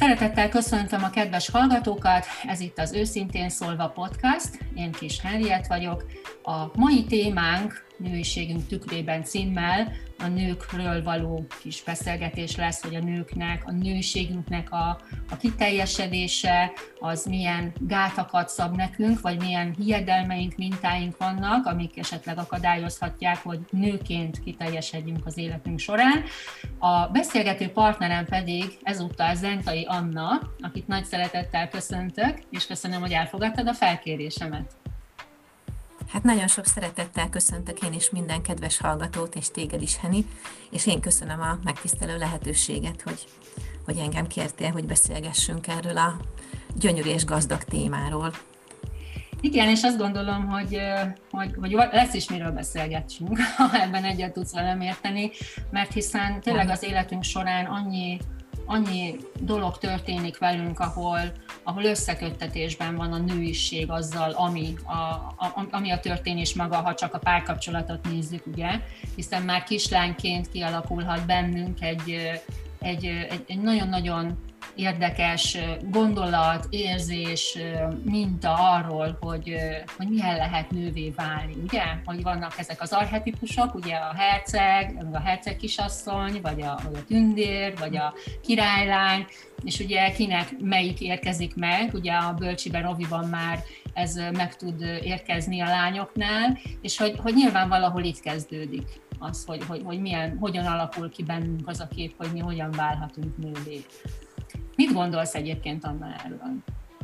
Szeretettel köszöntöm a kedves hallgatókat, ez itt az Őszintén Szólva podcast, én Kis Henriett vagyok. A mai témánk Nőiségünk tükrében címmel a nőkről való kis beszélgetés lesz, hogy a nőknek, a nőiségünknek a kiteljesedése, az milyen gátakat szab nekünk, vagy milyen hiedelmeink, mintáink vannak, amik esetleg akadályozhatják, hogy nőként kiteljesedjünk az életünk során. A beszélgető partnerem pedig ezúttal Zentai Anna, akit nagy szeretettel köszöntök, és köszönöm, hogy elfogadtad a felkérésemet. Hát nagyon sok szeretettel köszöntök én is minden kedves hallgatót, és téged is, Heni, és én köszönöm a megtisztelő lehetőséget, hogy engem kértél, hogy beszélgessünk erről a gyönyörű és gazdag témáról. Igen, és azt gondolom, hogy lesz is miről beszélgessünk, ha ebben egyet tudsz velem érteni, mert hiszen tényleg az életünk során annyi dolog történik velünk, ahol összeköttetésben van a nőiség azzal, ami a történés maga, ha csak a párkapcsolatot nézzük, ugye? Hiszen már kislányként kialakulhat bennünk egy nagyon-nagyon érdekes gondolat, érzés, minta arról, hogy milyen lehet nővé válni, ugye? Hogy vannak ezek az archetipusok, ugye a herceg kisasszony, vagy a tündér, vagy a királylány, és ugye kinek melyik érkezik meg, ugye a bölcsiben, oviban már ez meg tud érkezni a lányoknál, és hogy nyilván valahol itt kezdődik az, hogy hogyan alakul ki bennünk az a kép, hogy mi hogyan válhatunk nővé. Mit gondolsz egyébként, Anna, erről?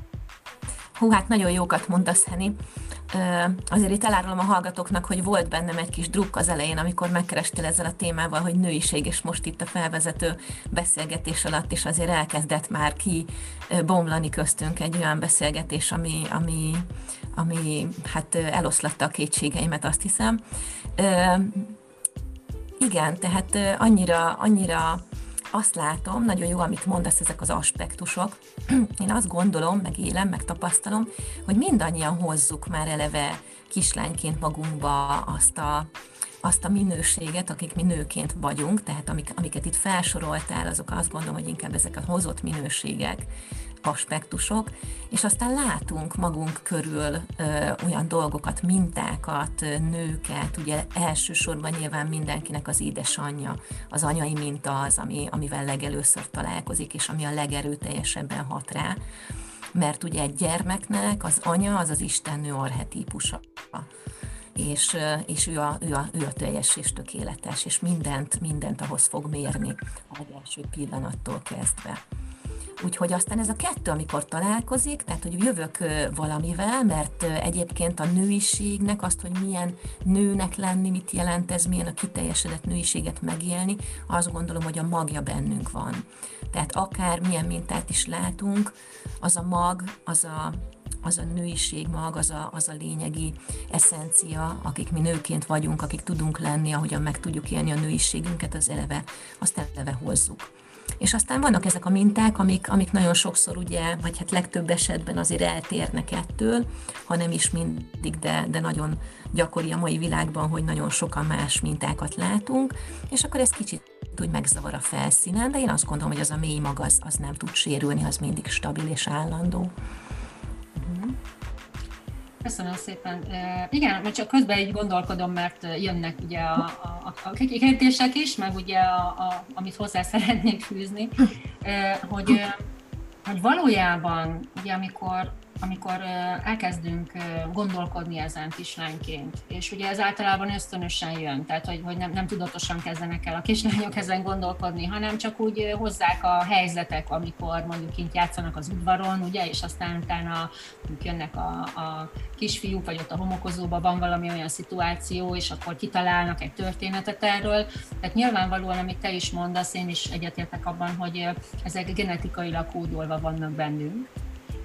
Hú, hát nagyon jókat mondasz, Heni. Azért itt elárulom a hallgatóknak, hogy volt bennem egy kis drukk az elején, amikor megkerestél ezzel a témával, hogy nőiség, és most itt a felvezető beszélgetés alatt is azért elkezdett már bomlani köztünk egy olyan beszélgetés, ami hát eloszlatta a kétségeimet, azt hiszem. Igen, tehát annyira azt látom, nagyon jó, amit mondasz, ezek az aspektusok. Én azt gondolom, meg élem, meg tapasztalom, hogy mindannyian hozzuk már eleve kislányként magunkba azt a minőséget, akik mi nőként vagyunk, tehát amiket itt felsoroltál, azok azt gondolom, hogy inkább ezek a hozott minőségek, aspektusok, és aztán látunk magunk körül olyan dolgokat, mintákat, nőket, ugye elsősorban nyilván mindenkinek az édesanyja, az anyai minta az, amivel legelőször találkozik, és ami a legerőteljesebben hat rá, mert ugye egy gyermeknek az anya az istennő archetípusa. És ő a teljes és tökéletes, és mindent ahhoz fog mérni a legelső pillanattól kezdve. Úgyhogy aztán ez a kettő, amikor találkozik, tehát hogy jövök valamivel, mert egyébként a nőiségnek azt, hogy milyen nőnek lenni, mit jelent ez, milyen a kiteljesedett nőiséget megélni, azt gondolom, hogy a magja bennünk van. Tehát akár milyen mintát is látunk, az a mag, az a nőiség mag, az a lényegi eszencia, akik mi nőként vagyunk, akik tudunk lenni, ahogyan meg tudjuk élni a nőiségünket, azt eleve hozzuk. És aztán vannak ezek a minták, amik nagyon sokszor ugye, vagy hát legtöbb esetben azért eltérnek ettől, ha nem is mindig, de nagyon gyakori a mai világban, hogy nagyon sokan más mintákat látunk, és akkor ez kicsit úgy megzavar a felszínen, de én azt gondolom, hogy az a mély mag az nem tud sérülni, az mindig stabil és állandó. Köszönöm szépen. Igen, mert csak közben így gondolkodom, mert jönnek ugye a kérdések is, meg ugye amit hozzá szeretnék fűzni, hogy valójában, ugye amikor elkezdünk gondolkodni ezen kislányként, és ugye ez általában ösztönösen jön, tehát hogy nem tudatosan kezdenek el a kislányok ezen gondolkodni, hanem csak úgy hozzák a helyzetek, amikor mondjuk kint játszanak az udvaron, ugye, és aztán utána jönnek a kisfiúk, vagy ott a homokozóban van valami olyan szituáció, és akkor kitalálnak egy történetet erről. Tehát nyilvánvalóan, amit te is mondasz, én is egyetértek abban, hogy ezek genetikailag kódolva vannak bennünk.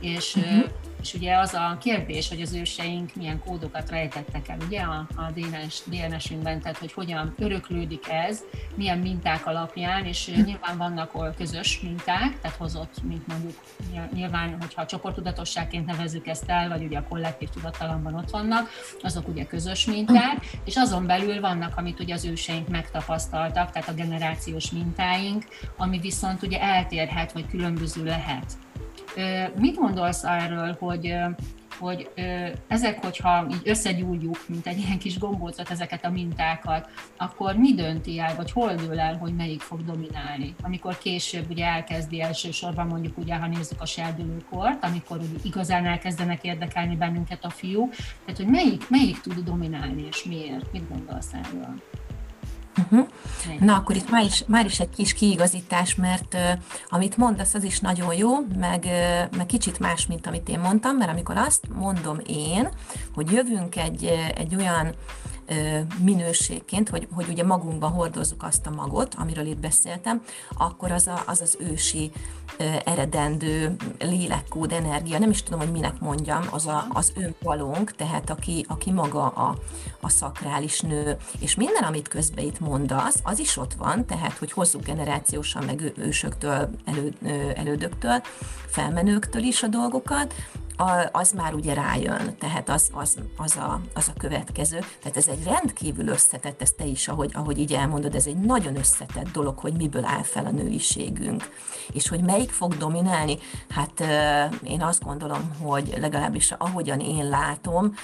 és ugye az a kérdés, hogy az őseink milyen kódokat rejtettek el ugye a DNS-ünkben, tehát hogy hogyan öröklődik ez, milyen minták alapján, és nyilván vannak közös minták, tehát hozott, mint mondjuk nyilván, hogyha csoporttudatosságként nevezzük ezt el, vagy ugye a kollektív tudattalamban ott vannak, azok ugye közös minták, és azon belül vannak, amit ugye az őseink megtapasztaltak, tehát a generációs mintáink, ami viszont ugye eltérhet, vagy különböző lehet. Mit gondolsz erről, hogy ezek, hogyha így összegyújjuk, mint egy ilyen kis gombócot ezeket a mintákat, akkor mi dönti el, vagy hol dől el, hogy melyik fog dominálni? Amikor később ugye elkezdi elsősorban mondjuk ugye, ha nézzük a serdülőkort, amikor ugye igazán elkezdenek érdekelni bennünket a fiúk, tehát hogy melyik tud dominálni, és miért? Mit gondolsz erről? Na, akkor itt már is egy kis kiigazítás, mert amit mondasz, az is nagyon jó, meg kicsit más, mint amit én mondtam, mert amikor azt mondom én, hogy jövünk egy olyan minőségként, hogy ugye magunkban hordozzuk azt a magot, amiről itt beszéltem, akkor az az ősi eredendő lélekkód, energia, nem is tudom, hogy minek mondjam, az önvalónk, tehát aki maga a szakrális nő, és minden, amit közben itt mondasz, az is ott van, tehát, hogy hozzuk generációsan, meg ősöktől, elődöktől, felmenőktől is a dolgokat, az már ugye rájön, tehát az a következő. Tehát ez egy rendkívül összetett, ez te is, ahogy így elmondod, ez egy nagyon összetett dolog, hogy miből áll fel a nőiségünk. És hogy melyik fog dominálni, hát én azt gondolom, hogy legalábbis ahogyan én látom,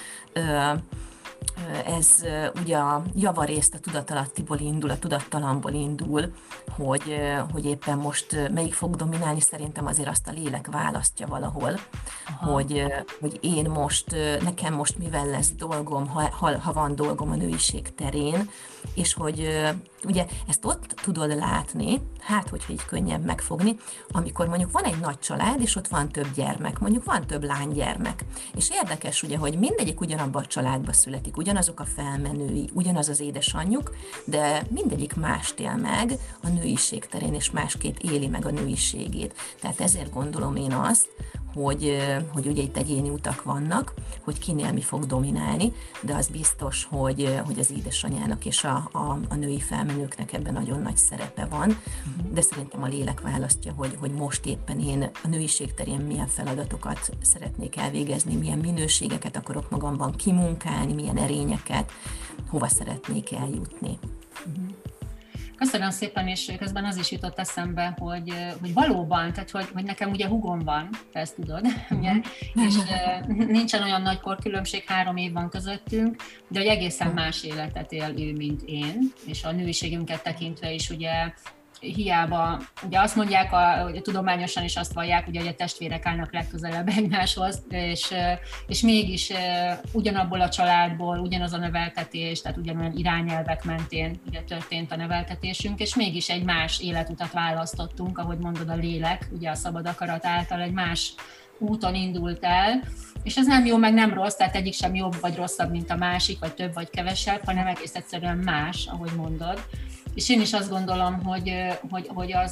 ez ugye a javarészt a tudatalattiból indul, a tudattalamból indul, hogy éppen most melyik fog dominálni, szerintem azért azt a lélek választja valahol, hogy én most, nekem most mivel lesz dolgom, ha van dolgom a nőiség terén, és hogy ugye ezt ott tudod látni, hát hogyha így könnyebb megfogni, amikor mondjuk van egy nagy család, és ott van több gyermek, mondjuk van több lánygyermek, és érdekes ugye, hogy mindegyik ugyanabban a családba születik, ugyanazok a felmenői, ugyanaz az édesanyjuk, de mindegyik mást él meg a nőiség terén, és másképp éli meg a nőiségét. Tehát ezért gondolom én azt, hogy ugye itt egyéni utak vannak, hogy kinél mi fog dominálni, de az biztos, hogy az édesanyának és a női felmenőknek ebben nagyon nagy szerepe van, de szerintem a lélek választja, hogy most éppen én a nőiség terén milyen feladatokat szeretnék elvégezni, milyen minőségeket akarok magamban kimunkálni, milyen erényeket, hova szeretnék eljutni. Köszönöm szépen, és közben az is jutott eszembe, hogy valóban, tehát hogy nekem ugye húgom van, te ezt tudod, ugye? És nincsen olyan nagy korkülönbség, 3 év van közöttünk, de hogy egészen más életet él ő, mint én, és a nőiségünket tekintve is ugye hiába, ugye azt mondják, hogy tudományosan is azt vallják, ugye, hogy a testvérek állnak legközelebb egymáshoz, és mégis ugyanabból a családból, ugyanaz a neveltetés, tehát ugyanolyan irányelvek mentén ugye történt a neveltetésünk, és mégis egy más életutat választottunk, ahogy mondod, a lélek, ugye a szabad akarat által egy más úton indult el, és ez nem jó, meg nem rossz, tehát egyik sem jobb vagy rosszabb, mint a másik, vagy több vagy kevesebb, hanem egész egyszerűen más, ahogy mondod. És én is azt gondolom, hogy az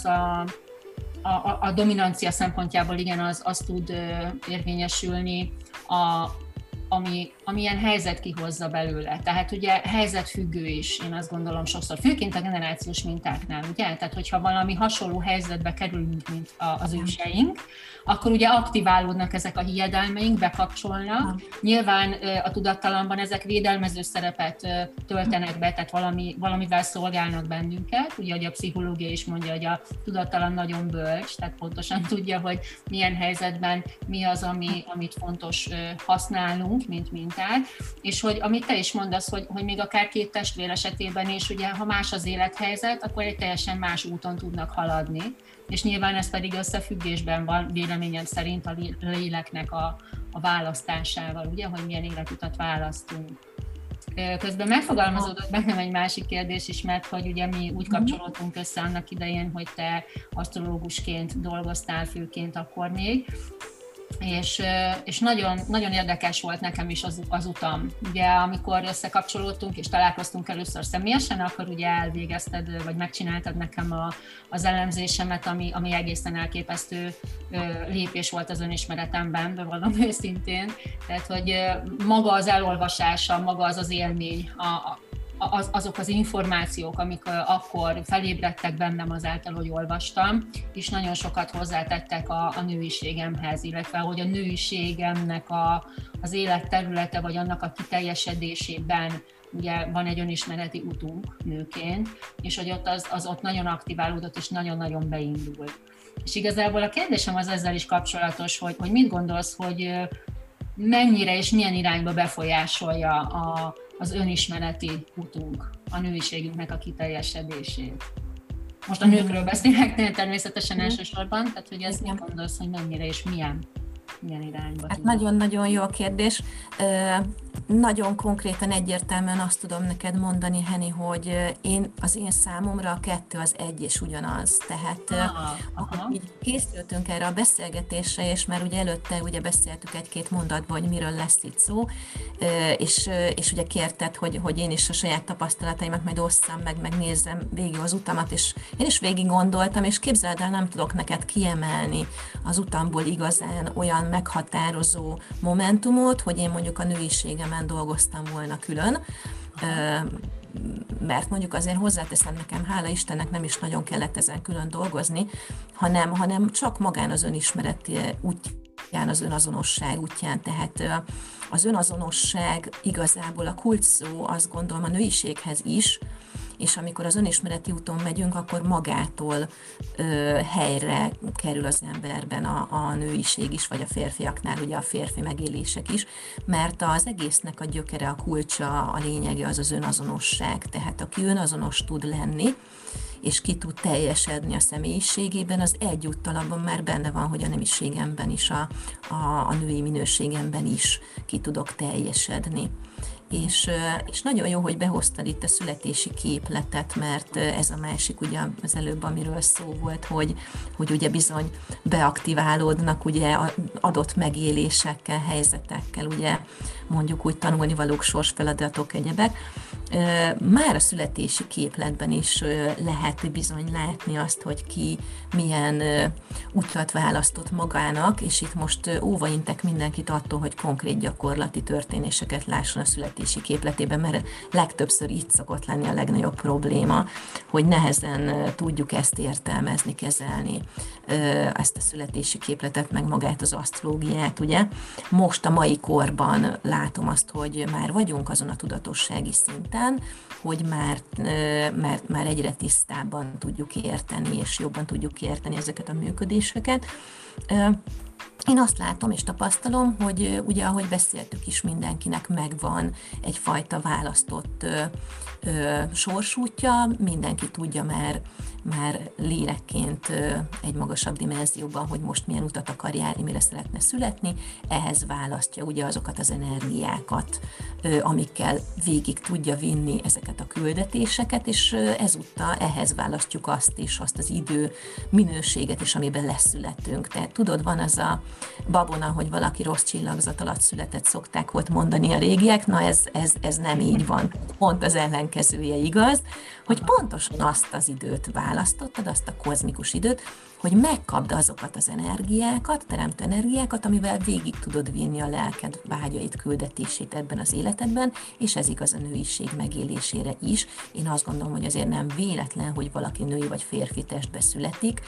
a dominancia szempontjából igen, az tud érvényesülni, amilyen helyzet kihozza belőle. Tehát ugye helyzetfüggő is, én azt gondolom sokszor, főként a generációs mintáknál, ugye? Tehát hogyha valami hasonló helyzetbe kerülünk, mint az őseink, akkor ugye aktiválódnak ezek a hiedelmeink, bekapcsolnak. Nyilván a tudattalamban ezek védelmező szerepet töltenek be, tehát valamivel szolgálnak bennünket. Ugye, hogy a pszichológia is mondja, hogy a tudattalam nagyon bölcs, tehát pontosan tudja, hogy milyen helyzetben mi az, amit fontos használnunk, mint mintát. És hogy amit te is mondasz, hogy még akár 2 testvér esetében is, ugye, ha más az élethelyzet, akkor egy teljesen más úton tudnak haladni. És nyilván ez pedig összefüggésben van véleményem szerint a léleknek a választásával, ugye, hogy milyen életutat választunk. Közben megfogalmazódott bennem egy másik kérdés is, mert hogy ugye mi úgy kapcsolódtunk össze annak idején, hogy te asztrológusként dolgoztál főként akkor még, és nagyon, nagyon érdekes volt nekem is az utam. Ugye amikor összekapcsolódtunk és találkoztunk először személyesen, akkor ugye elvégezted, vagy megcsináltad nekem az elemzésemet, ami egészen elképesztő lépés volt az önismeretemben, bevallom őszintén. Tehát, hogy maga az elolvasása, maga az élmény, azok az információk, amik akkor felébredtek bennem azáltal, hogy olvastam, és nagyon sokat hozzátettek a nőiségemhez, illetve hogy a nőiségemnek az életterülete, vagy annak a kiteljesedésében ugye van egy önismereti utunk nőként, és hogy ott az ott nagyon aktiválódott, és nagyon-nagyon beindult. És igazából a kérdésem az ezzel is kapcsolatos, hogy mit gondolsz, hogy mennyire és milyen irányba befolyásolja az önismereti utunk, a nőiségünknek a kiteljesedését. Most a nőkről beszélek természetesen elsősorban, tehát hogy ezt mit gondolsz, hogy mennyire és milyen irányba? Hát nagyon-nagyon jó a kérdés. Nagyon konkrétan, egyértelműen azt tudom neked mondani, Henny, hogy az én számomra a 2 az 1 és ugyanaz. Tehát ahogy így készültünk erre a beszélgetésre, és már ugye előtte ugye beszéltük egy-két mondatban, hogy miről lesz itt szó, és ugye kérted, hogy én is a saját tapasztalataimat majd osszam meg nézzem végig az utamat, és én is végig gondoltam, és képzeld el, nem tudok neked kiemelni az utamból igazán olyan meghatározó momentumot, hogy én mondjuk a nőiségemen dolgoztam volna külön, mert mondjuk azért hozzáteszem, nekem hála Istennek nem is nagyon kellett ezen külön dolgozni, hanem csak magán az önismeret útján, az önazonosság útján, tehát az önazonosság igazából a kulcsszó, azt gondolom a nőiséghez is, és amikor az önismereti úton megyünk, akkor magától helyre kerül az emberben a nőiség is, vagy a férfiaknál ugye a férfi megélések is, mert az egésznek a gyökere, a kulcsa, a lényege az önazonosság. Tehát aki önazonos tud lenni, és ki tud teljesedni a személyiségében, az egyúttal abban már benne van, hogy a nemiségemben is, a női minőségemben is ki tudok teljesedni. És nagyon jó, hogy behoztad itt a születési képletet, mert ez a másik, ugye az előbb, amiről szó volt, hogy ugye bizony beaktiválódnak ugye adott megélésekkel, helyzetekkel, ugye mondjuk úgy tanulnivalók, sorsfeladatok, egyebek. Már a születési képletben is lehet bizony látni azt, hogy ki milyen utat választott magának, és itt most óvaintek mindenkit attól, hogy konkrét gyakorlati történéseket lásson a születési képletében, mert legtöbbször itt szokott lenni a legnagyobb probléma, hogy nehezen tudjuk ezt értelmezni, kezelni, ezt a születési képletet, meg magát az asztrológiát, ugye. Most a mai korban látom azt, hogy már vagyunk azon a tudatossági szinten, hogy már egyre tisztábban tudjuk érteni, és jobban tudjuk érteni ezeket a működéseket. Én azt látom és tapasztalom, hogy ugye, ahogy beszéltük is, mindenkinek megvan egyfajta választott sorsútja, mindenki tudja már lélekként egy magasabb dimenzióban, hogy most milyen utat akar járni, mire szeretne születni, ehhez választja ugye azokat az energiákat, amikkel végig tudja vinni ezeket a küldetéseket, és ezúttal ehhez választjuk azt az idő minőséget is, amiben leszületünk. Tehát tudod, van az a babona, hogy valaki rossz csillagzat alatt született, szokták volt mondani a régiek, na ez nem így van. Pont az ellenkezője igaz, hogy pontosan azt az időt választottad, azt a kozmikus időt, hogy megkapd azokat az energiákat, teremtő energiákat, amivel végig tudod vinni a lelked vágyait, küldetését ebben az életedben, és ez igaz a nőiség megélésére is. Én azt gondolom, hogy azért nem véletlen, hogy valaki női vagy férfi testbe születik,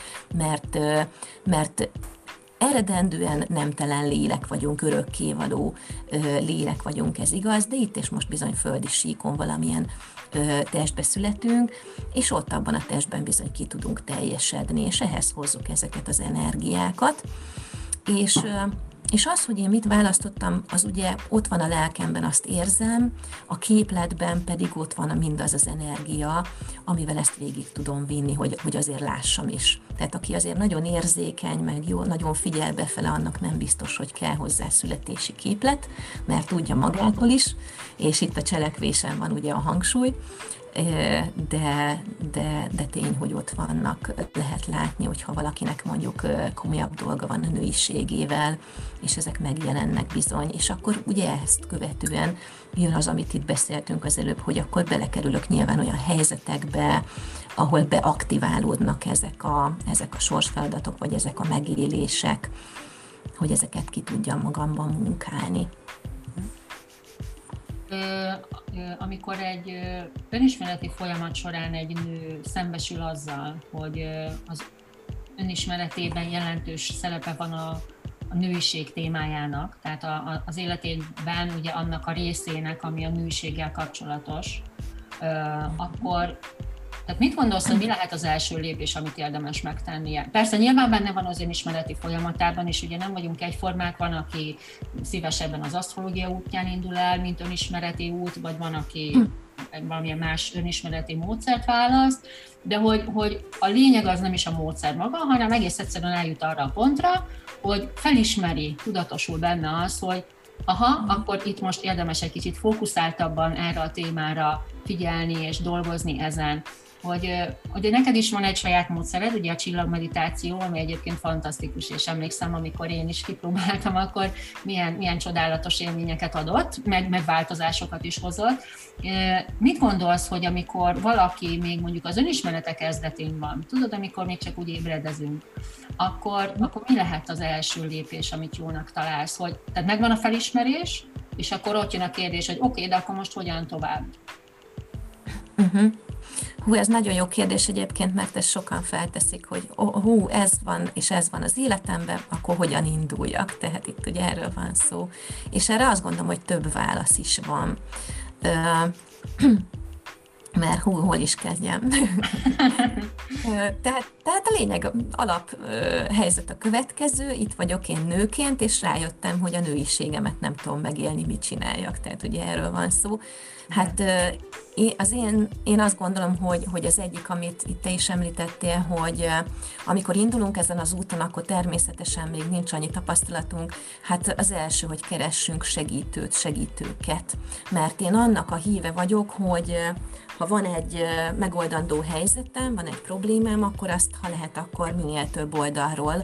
mert eredendően nemtelen lélek vagyunk, örökkévaló lélek vagyunk, ez igaz, de itt és most bizony földi síkon valamilyen testbe születünk, és ott abban a testben bizony ki tudunk teljesedni, és ehhez hozzuk ezeket az energiákat. És az, hogy én mit választottam, az ugye ott van a lelkemben, azt érzem, a képletben pedig ott van mindaz az energia, amivel ezt végig tudom vinni, hogy azért lássam is. Tehát aki azért nagyon érzékeny, meg jó, nagyon figyel befele, annak nem biztos, hogy kell hozzá születési képlet, mert tudja magától is, és itt a cselekvésen van ugye a hangsúly, de tény, hogy ott vannak, lehet látni, hogyha valakinek mondjuk komolyabb dolga van a nőiségével, és ezek megjelennek bizony, és akkor ugye ezt követően jön az, amit itt beszéltünk az előbb, hogy akkor belekerülök nyilván olyan helyzetekbe, ahol beaktiválódnak ezek a sorsfeladatok, vagy ezek a megélések, hogy ezeket ki tudjam magamban munkálni. Amikor egy önismereti folyamat során egy nő szembesül azzal, hogy az önismeretében jelentős szerepe van a nőiség témájának, tehát az életében ugye annak a részének, ami a nőiséggel kapcsolatos, akkor tehát mit gondolsz, hogy mi lehet az első lépés, amit érdemes megtennie? Persze nyilván benne van az önismereti folyamatában, és ugye nem vagyunk egyformák, van, aki szívesebben az asztrológia útján indul el, mint önismereti út, vagy van, aki valamilyen más önismereti módszert választ, de hogy a lényeg az nem is a módszer maga, hanem egész egyszerűen eljut arra a pontra, hogy felismeri, tudatosul benne az, hogy akkor itt most érdemes egy kicsit fókuszáltabban erre a témára figyelni és dolgozni ezen. Hogy neked is van egy saját módszered, ugye a csillagmeditáció, ami egyébként fantasztikus, és emlékszem, amikor én is kipróbáltam, akkor milyen csodálatos élményeket adott, meg változásokat is hozott. Mit gondolsz, hogy amikor valaki még mondjuk az önismerete kezdetén van, tudod, amikor még csak úgy ébredezünk, akkor mi lehet az első lépés, amit jónak találsz? Tehát megvan a felismerés, és akkor ott jön a kérdés, hogy oké, de akkor most hogyan tovább? Ez nagyon jó kérdés egyébként, mert ezt sokan felteszik, hogy ez van, és ez van az életemben, akkor hogyan induljak? Tehát itt ugye erről van szó. És erre azt gondolom, hogy több válasz is van. Mert hol is kezdjem. Tehát a lényeg, alaphelyzet a következő, itt vagyok én nőként, és rájöttem, hogy a nőiségemet nem tudom megélni, mit csináljak. Tehát ugye erről van szó. Hát én azt gondolom, hogy az egyik, amit itt te is említettél, hogy amikor indulunk ezen az úton, akkor természetesen még nincs annyi tapasztalatunk, hát az első, hogy keressünk segítőket. Mert én annak a híve vagyok, hogy ha van egy megoldandó helyzetem, van egy problémám, akkor azt, ha lehet, akkor minél több oldalról,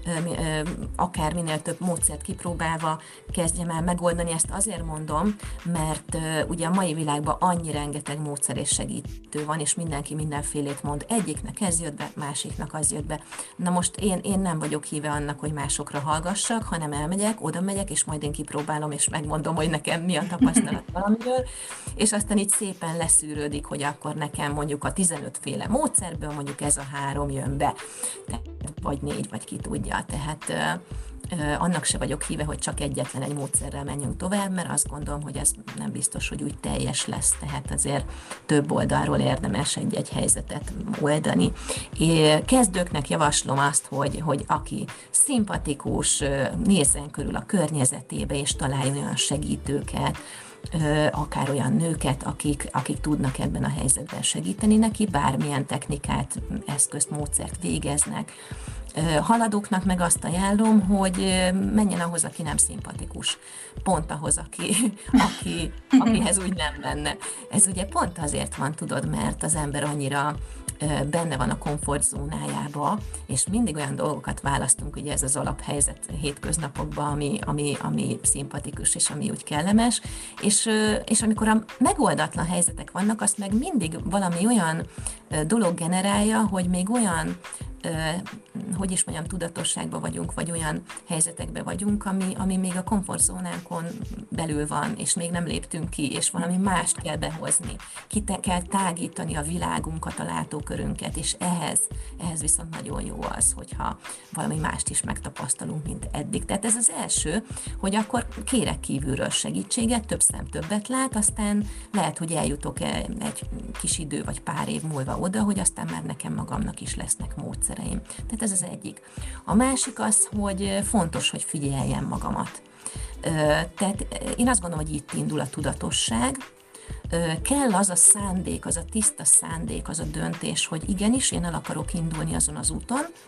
akár minél több módszert kipróbálva kezdjem el megoldani. Ezt azért mondom, mert ugye a mai világban annyi rengeteg módszer és segítő van, és mindenki mindenfélét mond. Egyiknek ez jött be, másiknak az jött be. Na most én nem vagyok híve annak, hogy másokra hallgassak, hanem elmegyek, oda megyek, és majd én kipróbálom, és megmondom, hogy nekem mi a tapasztalat valamiről, és aztán így szépen leszűrődik, hogy akkor nekem mondjuk a 15 féle módszerből mondjuk ez a 3 jön be, vagy 4, vagy ki tudja. Tehát annak se vagyok híve, hogy csak egyetlen egy módszerrel menjünk tovább, mert azt gondolom, hogy ez nem biztos, hogy úgy teljes lesz, tehát azért több oldalról érdemes egy helyzetet oldani. Kezdőknek javaslom azt, hogy aki szimpatikus, nézzen körül a környezetébe, és találjon olyan segítőket, akár olyan nőket, akik tudnak ebben a helyzetben segíteni neki, bármilyen technikát, eszközt, módszert végeznek. Haladóknak meg azt ajánlom, hogy menjen ahhoz, aki nem szimpatikus. Pont ahhoz, akihez úgy nem lenne. Ez ugye pont azért van, tudod, mert az ember annyira benne van a komfortzónájába, és mindig olyan dolgokat választunk, ugye ez az alaphelyzet hétköznapokban, ami szimpatikus, és ami úgy kellemes, és amikor a megoldatlan helyzetek vannak, azt meg mindig valami olyan dolog generálja, hogy még olyan hogy is mondjam, tudatosságban vagyunk, vagy olyan helyzetekben vagyunk, ami még a komfortzónánkon belül van, és még nem léptünk ki, és valami mást kell behozni. Kell tágítani a világunkat, a látókörünket, és ehhez viszont nagyon jó az, hogyha valami mást is megtapasztalunk, mint eddig. Tehát ez az első, hogy akkor kérek kívülről segítséget, több szem többet lát, aztán lehet, hogy eljutok egy kis idő, vagy pár év múlva oda, hogy aztán már nekem magamnak is lesznek módszereim. Tehát ez az egyik. A másik az, hogy fontos, hogy figyeljem magamat. Tehát én azt gondolom, hogy itt indul a tudatosság, kell az a szándék, az a tiszta szándék, az a döntés, hogy igenis, én el akarok indulni azon az úton,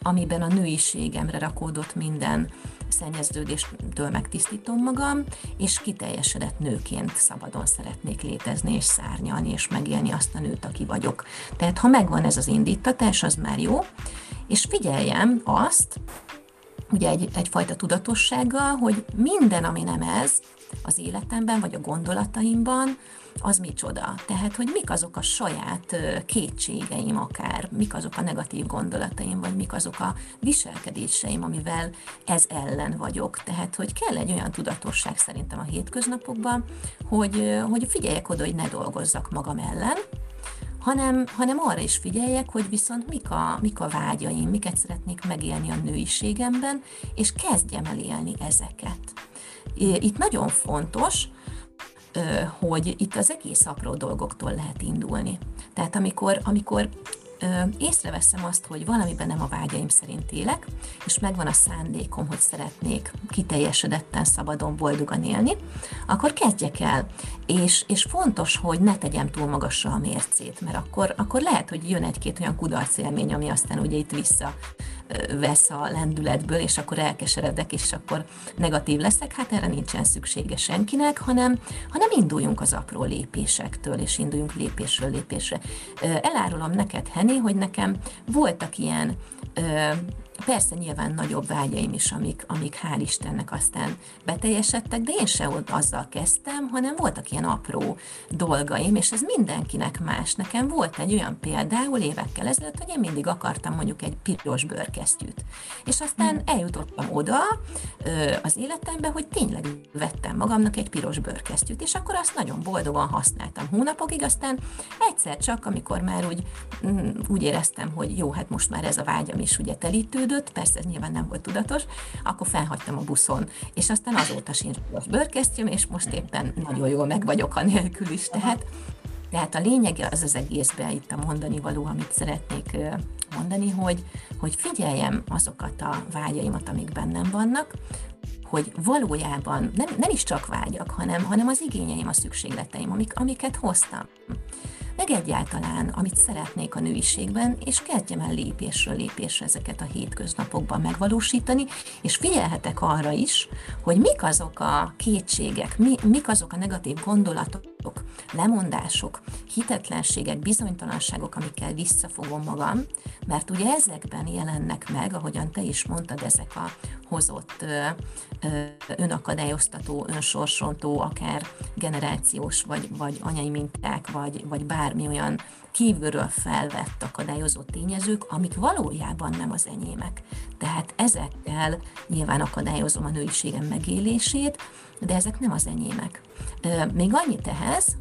amiben a nőiségemre rakódott minden szennyeződéstől megtisztítom magam, és kiteljesedett nőként szabadon szeretnék létezni, és szárnyalni, és megélni azt a nőt, aki vagyok. Tehát ha megvan ez az indítatás, az már jó, és figyeljem azt, ugye egyfajta tudatossággal, hogy minden, ami nem ez az életemben, vagy a gondolataimban, az micsoda. Tehát, hogy mik azok a saját kétségeim akár, mik azok a negatív gondolataim, vagy mik azok a viselkedéseim, amivel ez ellen vagyok. Tehát, hogy kell egy olyan tudatosság szerintem a hétköznapokban, hogy figyeljek oda, hogy ne dolgozzak magam ellen, hanem arra is figyeljek, hogy viszont mik a vágyaim, miket szeretnék megélni a nőiségemben, és kezdjem el élni ezeket. Itt nagyon fontos, hogy itt az egész apró dolgoktól lehet indulni. Tehát amikor észreveszem azt, hogy valamiben nem a vágyaim szerint élek, és megvan a szándékom, hogy szeretnék kiteljesedetten, szabadon, boldogan élni, akkor kezdjek el. És fontos, hogy ne tegyem túl magasra a mércét, mert akkor lehet, hogy jön egy-két olyan kudarcélmény, ami aztán ugye itt visszavesz a lendületből, és akkor elkeseredek, és akkor negatív leszek. Hát erre nincsen szüksége senkinek, hanem induljunk az apró lépésektől, és induljunk lépésről lépésre. Elárulom neked, Henny, hogy nekem voltak ilyen, persze nyilván nagyobb vágyaim is, amik hál' Istennek aztán beteljesedtek, de én se azzal kezdtem, hanem voltak ilyen apró dolgaim, és ez mindenkinek más. Nekem volt egy olyan például évekkel ezelőtt, hogy én mindig akartam mondjuk egy piros bőrkesztyűt. És aztán eljutottam oda az életembe, hogy tényleg vettem magamnak egy piros bőrkesztyűt, és akkor azt nagyon boldogan használtam hónapokig, aztán egyszer csak, amikor már úgy éreztem, hogy jó, hát most már ez a vágyam is ugye telítődött, persze ez nyilván nem volt tudatos, akkor felhagytam a buszon, és aztán azóta sincs piros bőrkesztyűm, és most éppen nagyon jól meg vagyok anélkül is. Tehát a lényege az egészben itt a mondani való, amit szeretnék mondani, hogy figyeljem azokat a vágyaimat, amik bennem vannak, hogy valójában nem is csak vágyak, hanem az igényeim, a szükségleteim, amiket hoztam. Meg egyáltalán, amit szeretnék a nőiségben, és kezdjem el lépésről lépésre ezeket a hétköznapokban megvalósítani, és figyelhetek arra is, hogy mik azok a kétségek, mik azok a negatív gondolatok, lemondások, hitetlenségek, bizonytalanságok, amikkel visszafogom magam, mert ugye ezekben jelennek meg, ahogyan te is mondtad, ezek a hozott önakadályoztató, önsorsontó, akár generációs, vagy anyai minták, vagy bármi olyan kívülről felvett akadályozó tényezők, amik valójában nem az enyémek. Tehát ezekkel nyilván akadályozom a nőiségem megélését, de ezek nem az enyémek. Még annyit ehhez,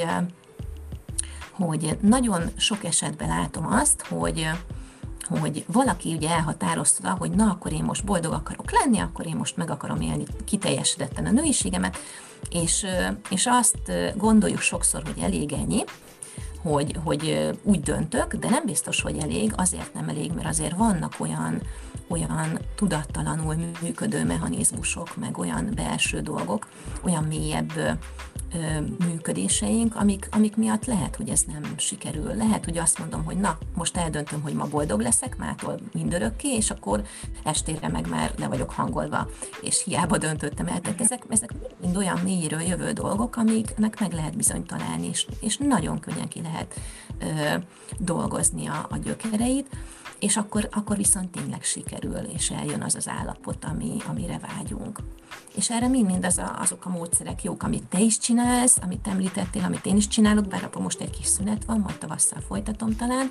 hogy nagyon sok esetben látom azt, hogy valaki ugye elhatározta, hogy na, akkor én most boldog akarok lenni, akkor én most meg akarom élni kiteljesedetten a nőiségemet, és azt gondoljuk sokszor, hogy elég ennyi, hogy úgy döntök, de nem biztos, hogy elég, azért nem elég, mert azért vannak olyan tudattalanul működő mechanizmusok, meg olyan belső dolgok, olyan mélyebb működéseink, amik miatt lehet, hogy ez nem sikerül. Lehet, hogy azt mondom, hogy na, most eldöntöm, hogy ma boldog leszek, mától mindörökké, és akkor estére meg már le vagyok hangolva, és hiába döntöttem el. Tehát ezek mind olyan mélyről jövő dolgok, amiknek meg lehet bizony találni, és nagyon könnyen ki lehet dolgozni a gyökereit, és akkor viszont tényleg sikerül, és eljön az az állapot, amire vágyunk. És erre mind azok a módszerek jók, amit te is csinálsz, amit említettél, amit én is csinálok, bár akkor most egy kis szünet van, majd tavasszal folytatom talán.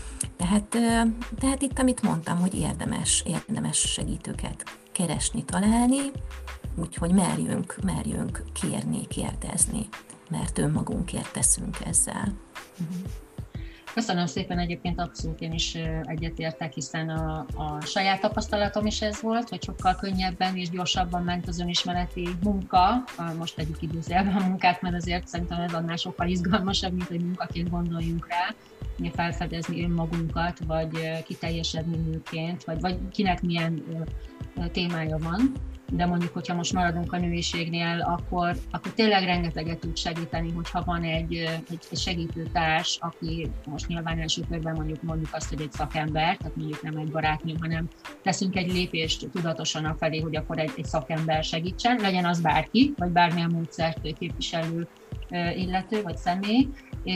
Tehát itt, amit mondtam, hogy érdemes segítőket keresni, találni, úgyhogy merjünk kérni, kérdezni, mert önmagunkért teszünk ezzel. Köszönöm szépen, egyébként abszolút én is egyetértek, hiszen a saját tapasztalatom is ez volt, hogy sokkal könnyebben és gyorsabban ment az önismereti munka, most tegyük idézőjelben a munkát, mert azért szerintem ez annál sokkal izgalmasabb, mint hogy munkaként gondoljunk rá, felfedezni önmagunkat, vagy kiteljesedni nőként, vagy kinek milyen témája van. de mondjuk, hogyha most maradunk a nőiségnél, akkor tényleg rengeteget tud segíteni, hogyha van egy segítőtárs, aki most nyilván első körben mondjuk azt, hogy egy szakember, tehát mondjuk nem egy barátnő, hanem teszünk egy lépést tudatosan afelé, hogy akkor egy szakember segítsen, legyen az bárki, vagy bármilyen módszert képviselő illető, vagy személy,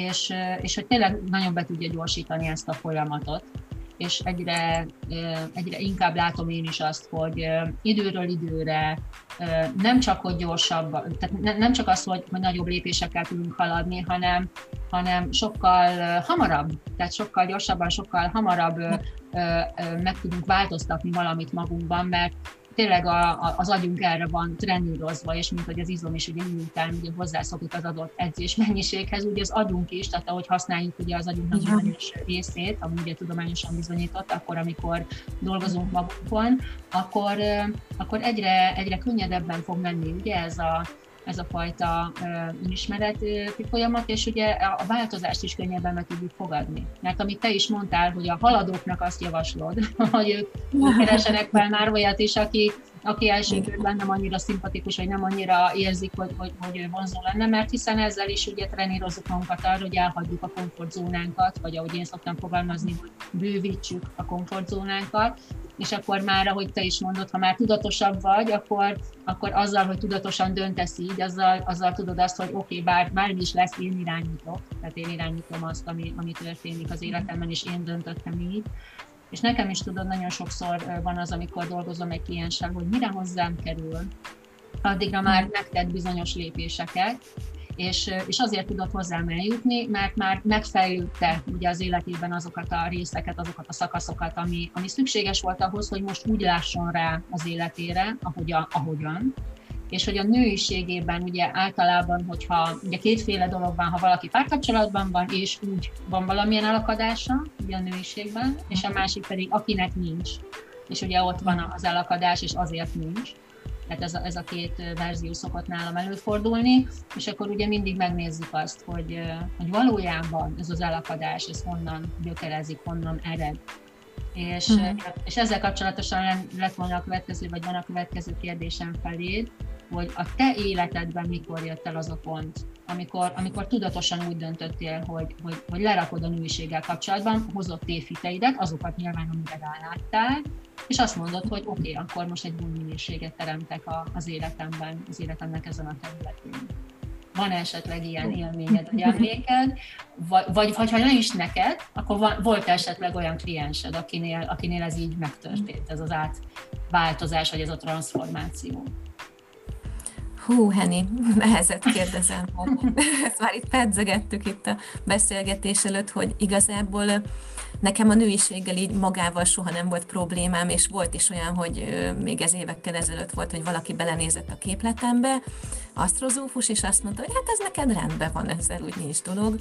és hogy tényleg nagyon be tudja gyorsítani ezt a folyamatot. És egyre inkább látom én is azt, hogy időről időre nem csak, hogy gyorsabb, tehát nem csak az, hogy nagyobb lépésekkel tudunk haladni, hanem sokkal hamarabb, tehát sokkal gyorsabban, sokkal hamarabb meg tudunk változtatni valamit magunkban, mert tényleg az agyunk erre van trenírozva, és mint hogy az izom is ugye miután ugye hozzászokik az adott edzés mennyiséghez, ugye az agyunk is, tehát ahogy használjuk ugye az agyunknak bizonyos részét, ami ugye tudományosan bizonyított, akkor amikor dolgozunk magunkon, akkor egyre könnyedebben fog menni ugye ez a fajta önismereti folyamat, és ugye a változást is könnyebben meg tudjuk fogadni. Mert amit te is mondtál, hogy a haladóknak azt javaslod, hogy ők keresenek fel már olyat is, aki első körben nem annyira szimpatikus, vagy nem annyira érzik, hogy vonzó lenne, mert hiszen ezzel is ugye trenírozzuk magunkat arra, hogy elhagyjuk a komfortzónánkat, vagy ahogy én szoktam fogalmazni, hogy bővítsük a komfortzónánkat, és akkor már, ahogy te is mondod, ha már tudatosabb vagy, akkor azzal, hogy tudatosan döntesz így, azzal tudod azt, hogy oké, bármi is lesz, én irányítok, tehát én irányítom azt, ami történik az életemben, és én döntöttem így. És nekem is tudod, nagyon sokszor van az, amikor dolgozom egy klienssel, hogy mire hozzám kerül, addigra már megtett bizonyos lépéseket, és azért tudott hozzám eljutni, mert már megfejlődte ugye az életében azokat a részeket, azokat a szakaszokat, ami szükséges volt ahhoz, hogy most úgy lásson rá az életére, ahogyan. És hogy a nőiségében ugye általában, hogyha ugye kétféle dolog van, ha valaki párkapcsolatban van, és úgy van valamilyen elakadása ugye a nőiségben, és a másik pedig akinek nincs. És ugye ott van az elakadás, és azért nincs. Tehát ez a két verzió szokott nálam előfordulni, és akkor ugye mindig megnézzük azt, hogy valójában ez az elakadás, ez honnan gyökerezik, honnan ered. És ezzel kapcsolatosan lett volna a következő, vagy van a következő kérdésem feléd, hogy a te életedben mikor jött el az a pont, amikor tudatosan úgy döntöttél, hogy lerakod a nőiséggel kapcsolatban, hozott tévhiteidet, azokat nyilván, amire ráláttál, és azt mondod, hogy oké, akkor most egy új minőséget teremtek az életemben, az életemnek ezen a területén. Van esetleg ilyen élményed, vagy emléked, vagy ha nem is neked, akkor volt esetleg olyan kliensed, akinél ez így megtörtént, ez az átváltozás, vagy ez a transformáció. Hú, Henny, nehezet kérdezem. Ezt már itt pedzegettük itt a beszélgetés előtt, hogy igazából nekem a nőiséggel így magával soha nem volt problémám, és volt is olyan, hogy még ez évekkel ezelőtt volt, hogy valaki belenézett a képletembe, asztrozófus, és azt mondta, hogy hát ez neked rendben van, ezzel úgy nincs dolog.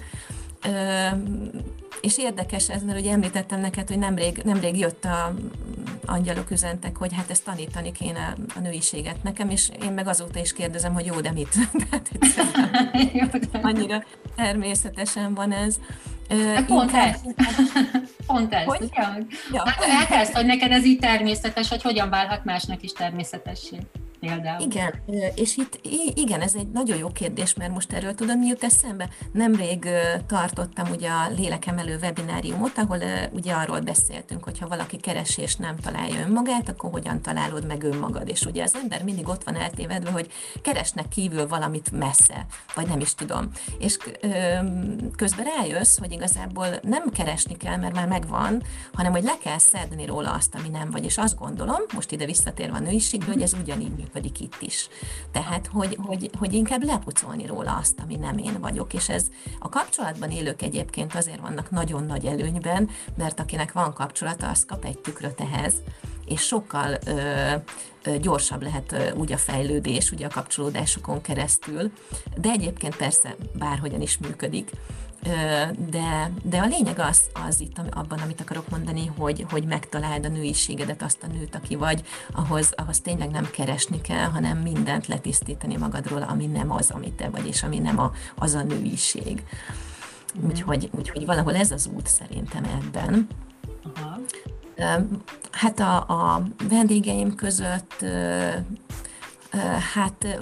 És érdekes ez, mert ugye említettem neked, hogy nemrég jött a angyalok üzentek, hogy hát ezt tanítani kéne a nőiséget nekem, és én meg azóta is kérdezem, hogy jó, de mit? Tehát annyira természetesen van ez. Pont ez, hogy? Ugye? Ja. Hát ez, hogy neked ez így természetes, hogy hogyan válhat másnak is természetessé. Például. Igen, és igen, ez egy nagyon jó kérdés, mert most erről tudod, mi jut eszembe? Nemrég tartottam ugye a lélekemelő webináriumot, ahol ugye arról beszéltünk, hogy ha valaki keresi és nem találja önmagát, akkor hogyan találod meg önmagad. És ugye az ember mindig ott van eltévedve, hogy keresnek kívül valamit messze, vagy nem is tudom. És közben rájössz, hogy igazából nem keresni kell, mert már megvan, hanem hogy le kell szedni róla azt, ami nem vagy. És azt gondolom, most ide visszatérve a nőiségre, hogy ez ugyanígy működik itt is. Tehát, hogy inkább lepucolni róla azt, ami nem én vagyok, és ez a kapcsolatban élők egyébként azért vannak nagyon nagy előnyben, mert akinek van kapcsolata, az kap egy tükröt ehhez, és sokkal gyorsabb lehet úgy a fejlődés, ugye a kapcsolódásokon keresztül, de egyébként persze bárhogyan is működik. De a lényeg az itt abban, amit akarok mondani, hogy megtaláld a nőiségedet, azt a nőt, aki vagy, ahhoz tényleg nem keresni kell, hanem mindent letisztítani magadról, ami nem az, amit te vagy, és ami nem az a nőiség. Úgyhogy valahol ez az út szerintem ebben. Aha. Hát a vendégeim között Hát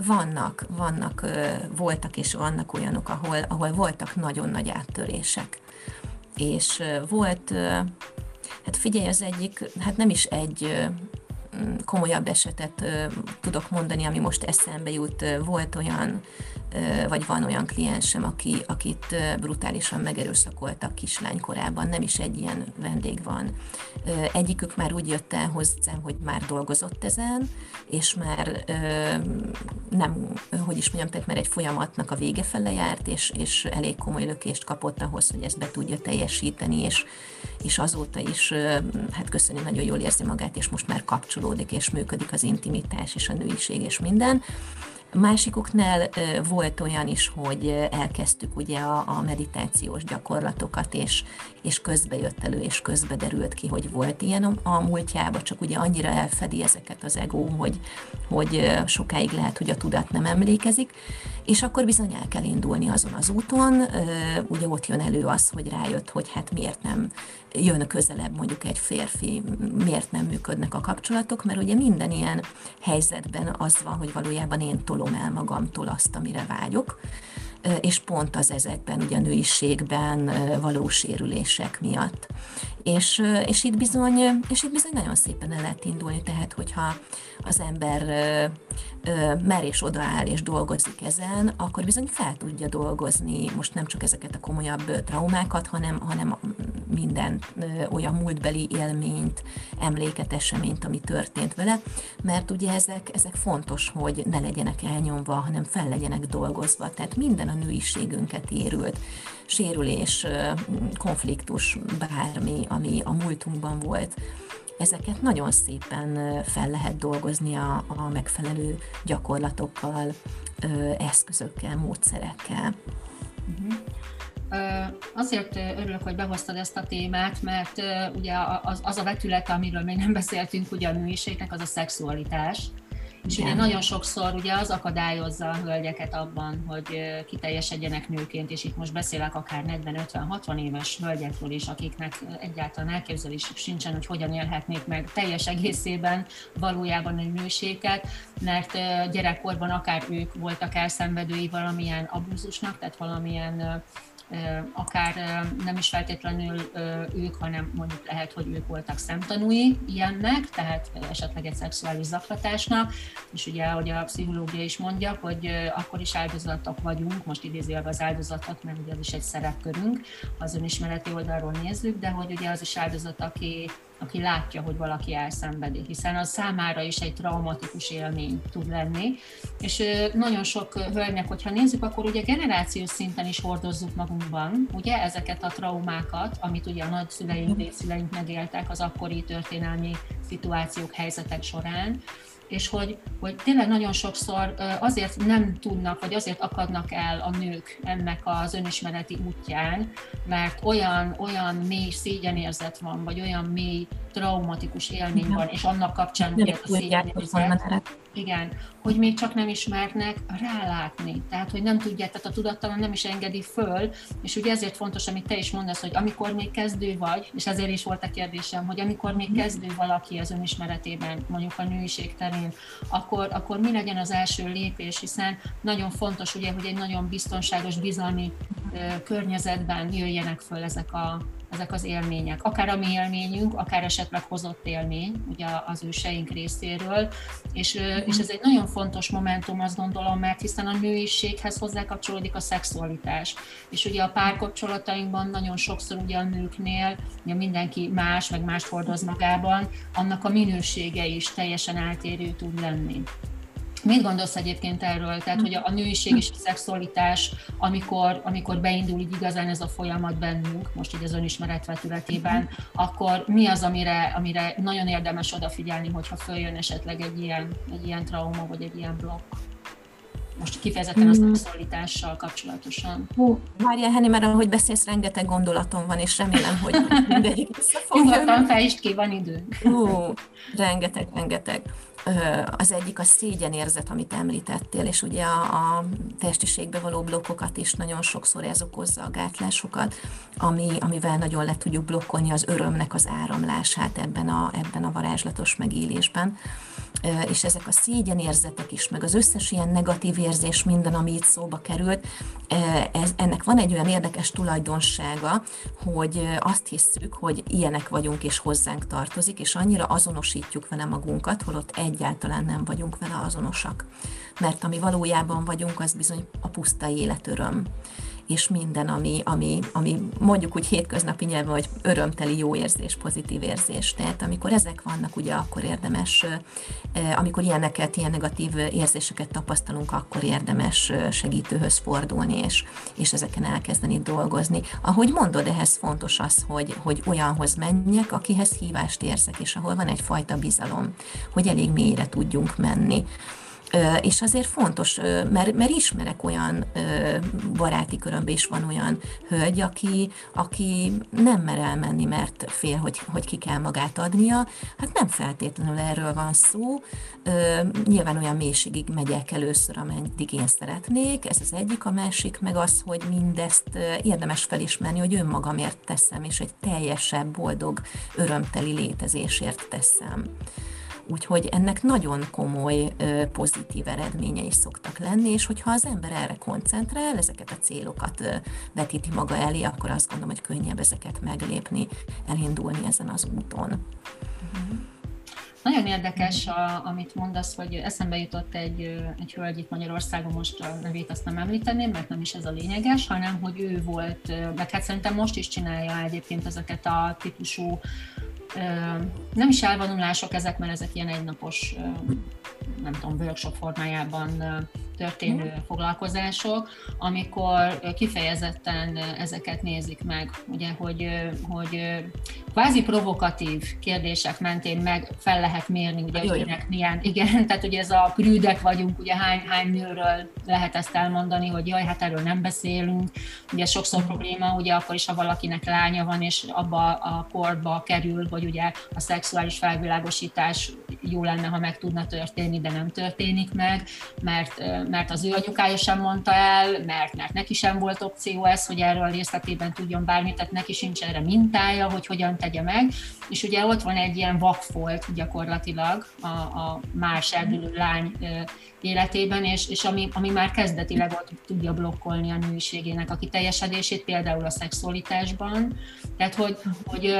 voltak és vannak olyanok, ahol voltak nagyon nagy áttörések. És volt, hát figyelj, az egyik, hát nem is egy komolyabb esetet tudok mondani, ami most eszembe jut. Volt olyan, vagy van olyan kliensem, akit brutálisan megerőszakoltak kislánykorában, nem is egy ilyen vendég van. Egyikük már úgy jött el hozzám, hogy már dolgozott ezen, és már nem, hogy is mondjam, tehát már egy folyamatnak a vége fele járt, és elég komoly lökést kapott ahhoz, hogy ezt be tudja teljesíteni, és azóta is, hát köszönöm, nagyon jól érzi magát, és most már kapcsolódik, és működik az intimitás, és a nőiség, és minden. Másikuknál volt olyan is, hogy elkezdtük ugye a meditációs gyakorlatokat, és közbe jött elő, és közbe derült ki, hogy volt ilyen a múltjában, csak ugye annyira elfedi ezeket az ego, hogy sokáig lehet, hogy a tudat nem emlékezik, és akkor bizony el kell indulni azon az úton. Ugye ott jön elő az, hogy rájött, hogy hát miért nem jön közelebb mondjuk egy férfi, miért nem működnek a kapcsolatok, mert ugye minden ilyen helyzetben az van, hogy valójában én tolom el magamtól azt, amire vágyok, és pont az ezekben, ugye a nőiségben való sérülések miatt. És itt bizony nagyon szépen el lehet indulni, tehát hogyha az ember mer és odaáll és dolgozik ezen, akkor bizony fel tudja dolgozni most nem csak ezeket a komolyabb traumákat, hanem minden olyan múltbeli élményt, emléket, eseményt, ami történt vele, mert ugye ezek fontos, hogy ne legyenek elnyomva, hanem fel legyenek dolgozva, tehát minden a nőiségünket érült, sérülés, konfliktus, bármi, ami a múltunkban volt, ezeket nagyon szépen fel lehet dolgozni a megfelelő gyakorlatokkal, eszközökkel, módszerekkel. Azért örülök, hogy behoztad ezt a témát, mert ugye az a vetület, amiről még nem beszéltünk, ugye a nőiségnek, az a szexualitás. És ugye nagyon sokszor ugye az akadályozza a hölgyeket abban, hogy kiteljesedjenek nőként, és itt most beszélek akár 40-50-60 éves hölgyekről is, akiknek egyáltalán elképzelésük sincsen, hogy hogyan élhetnék meg teljes egészében valójában a nőséget, mert gyerekkorban akár ők voltak elszenvedői valamilyen abúzusnak, tehát valamilyen akár nem is feltétlenül ők, hanem mondjuk lehet, hogy ők voltak szemtanúi ilyennek, tehát esetleg egy szexuális zaklatásnak, és ugye, ahogy a pszichológia is mondja, hogy akkor is áldozatok vagyunk, most idézőjelben az áldozatot, mert ugye az is egy szerepkörünk, az önismereti oldalról nézzük, de hogy ugye az is áldozat, aki látja, hogy valaki elszenvedi, hiszen az számára is egy traumatikus élmény tud lenni. És nagyon sok hölgynek, hogyha nézzük, akkor ugye generációs szinten is hordozzuk magunkban, ugye ezeket a traumákat, amit ugye a nagyszüleink, dédszüleink megéltek az akkori történelmi szituációk, helyzetek során, és hogy tényleg nagyon sokszor azért nem tudnak, vagy azért akadnak el a nők ennek az önismereti útján, mert olyan mély szégyenérzet van, vagy olyan mély traumatikus élmény van, és annak kapcsán ugye a szégyenérzet, igen, hogy még csak nem ismernek rálátni, tehát hogy nem tudják, tehát a tudattalan nem is engedi föl, és ugye ezért fontos, amit te is mondasz, hogy amikor még kezdő vagy, és ezért is volt a kérdésem, hogy amikor még kezdő valaki az önismeretében, mondjuk a nőiség terén, akkor mi legyen az első lépés, hiszen nagyon fontos, ugye, hogy egy nagyon biztonságos, bizalmi környezetben jöjjenek föl ezek az élmények. Akár a mi élményünk, akár esetleg hozott élmény ugye az őseink részéről, és ez egy nagyon fontos momentum, azt gondolom, mert hiszen a nőiséghez hozzákapcsolódik a szexualitás. És ugye a párkapcsolatainkban nagyon sokszor ugye a nőknél, ugye mindenki más, meg mást hordoz magában, annak a minősége is teljesen eltérő tud lenni. Mit gondolsz egyébként erről? Tehát, hogy a nőiség és a szexualitás, amikor beindul így igazán ez a folyamat bennünk, most így az önismeret vetületében, akkor mi az, amire nagyon érdemes odafigyelni, hogyha följön esetleg egy ilyen trauma, vagy egy ilyen blokk? Most kifejezetten a szexualitással kapcsolatosan. Várjál, Henni, mert ahogy beszélsz, rengeteg gondolatom van, és remélem, hogy mindegyik visszafog. Nyugodtan fejtsd ki, van időnk. Rengeteg. Az egyik a szégyenérzet, amit említettél, és ugye a testiségbe való blokkokat is nagyon sokszor ez okozza a gátlásokat, amivel nagyon le tudjuk blokkolni az örömnek az áramlását ebben a varázslatos megélésben. És ezek a szégyenérzetek is, meg az összes ilyen negatív érzés, minden, ami itt szóba került, ennek van egy olyan érdekes tulajdonsága, hogy azt hisszük, hogy ilyenek vagyunk és hozzánk tartozik, és annyira azonosítjuk vele magunkat, holott egyáltalán nem vagyunk vele azonosak. Mert ami valójában vagyunk, az bizony a puszta életöröm. És minden, ami mondjuk úgy hétköznapi nyelven, hogy örömteli jó érzés, pozitív érzés. Tehát amikor ezek vannak, ugye akkor érdemes, amikor ilyen negatív érzéseket tapasztalunk, akkor érdemes segítőhöz fordulni, és ezeken elkezdeni dolgozni. Ahogy mondod, ehhez fontos az, hogy olyanhoz menjek, akihez hívást érzek, és ahol van egyfajta bizalom, hogy elég mélyre tudjunk menni. És azért fontos, mert ismerek olyan baráti körömben is van olyan hölgy, aki nem mer elmenni, mert fél, hogy ki kell magát adnia. Hát nem feltétlenül erről van szó. Nyilván olyan mélységig megyek először, ameddig én szeretnék. Ez az egyik, a másik meg az, hogy mindezt érdemes felismerni, hogy önmagamért teszem, és egy teljesebb, boldog, örömteli létezésért teszem. Úgyhogy ennek nagyon komoly pozitív eredményei is szoktak lenni, és hogyha az ember erre koncentrál, ezeket a célokat vetíti maga elé, akkor azt gondolom, hogy könnyebb ezeket meglépni, elindulni ezen az úton. Nagyon érdekes, amit mondasz, hogy eszembe jutott egy hölgy itt Magyarországon, most a nevét azt nem említeném, mert nem is ez a lényeges, hanem hogy ő volt, meg hát szerintem most is csinálja egyébként ezeket a típusú, nem is elvonulások ezek, mert ezek ilyen egynapos, nem tudom, workshop formájában történő foglalkozások, amikor kifejezetten ezeket nézik meg, ugye, hogy kvázi provokatív kérdések mentén meg fel lehet mérni, ugye, hogy kinek milyen, igen, tehát ugye ez a prűdek vagyunk, ugye hány nőről lehet ezt elmondani, hogy jaj, hát erről nem beszélünk, ugye sokszor probléma, ugye akkor is, ha valakinek lánya van, és abba a korba kerül, hogy ugye a szexuális felvilágosítás jó lenne, ha meg tudna történni, de nem történik meg, mert az ő anyukája sem mondta el, mert neki sem volt opció ez, hogy erről részletében tudjon bármit, tehát neki sincs erre mintája, hogy hogyan tegye meg, és ugye ott van egy ilyen vakfolt gyakorlatilag a már serdülő lány életében, és ami már kezdetileg ott tudja blokkolni a nőiségének a kiteljesedését, például a szexualitásban, tehát hogy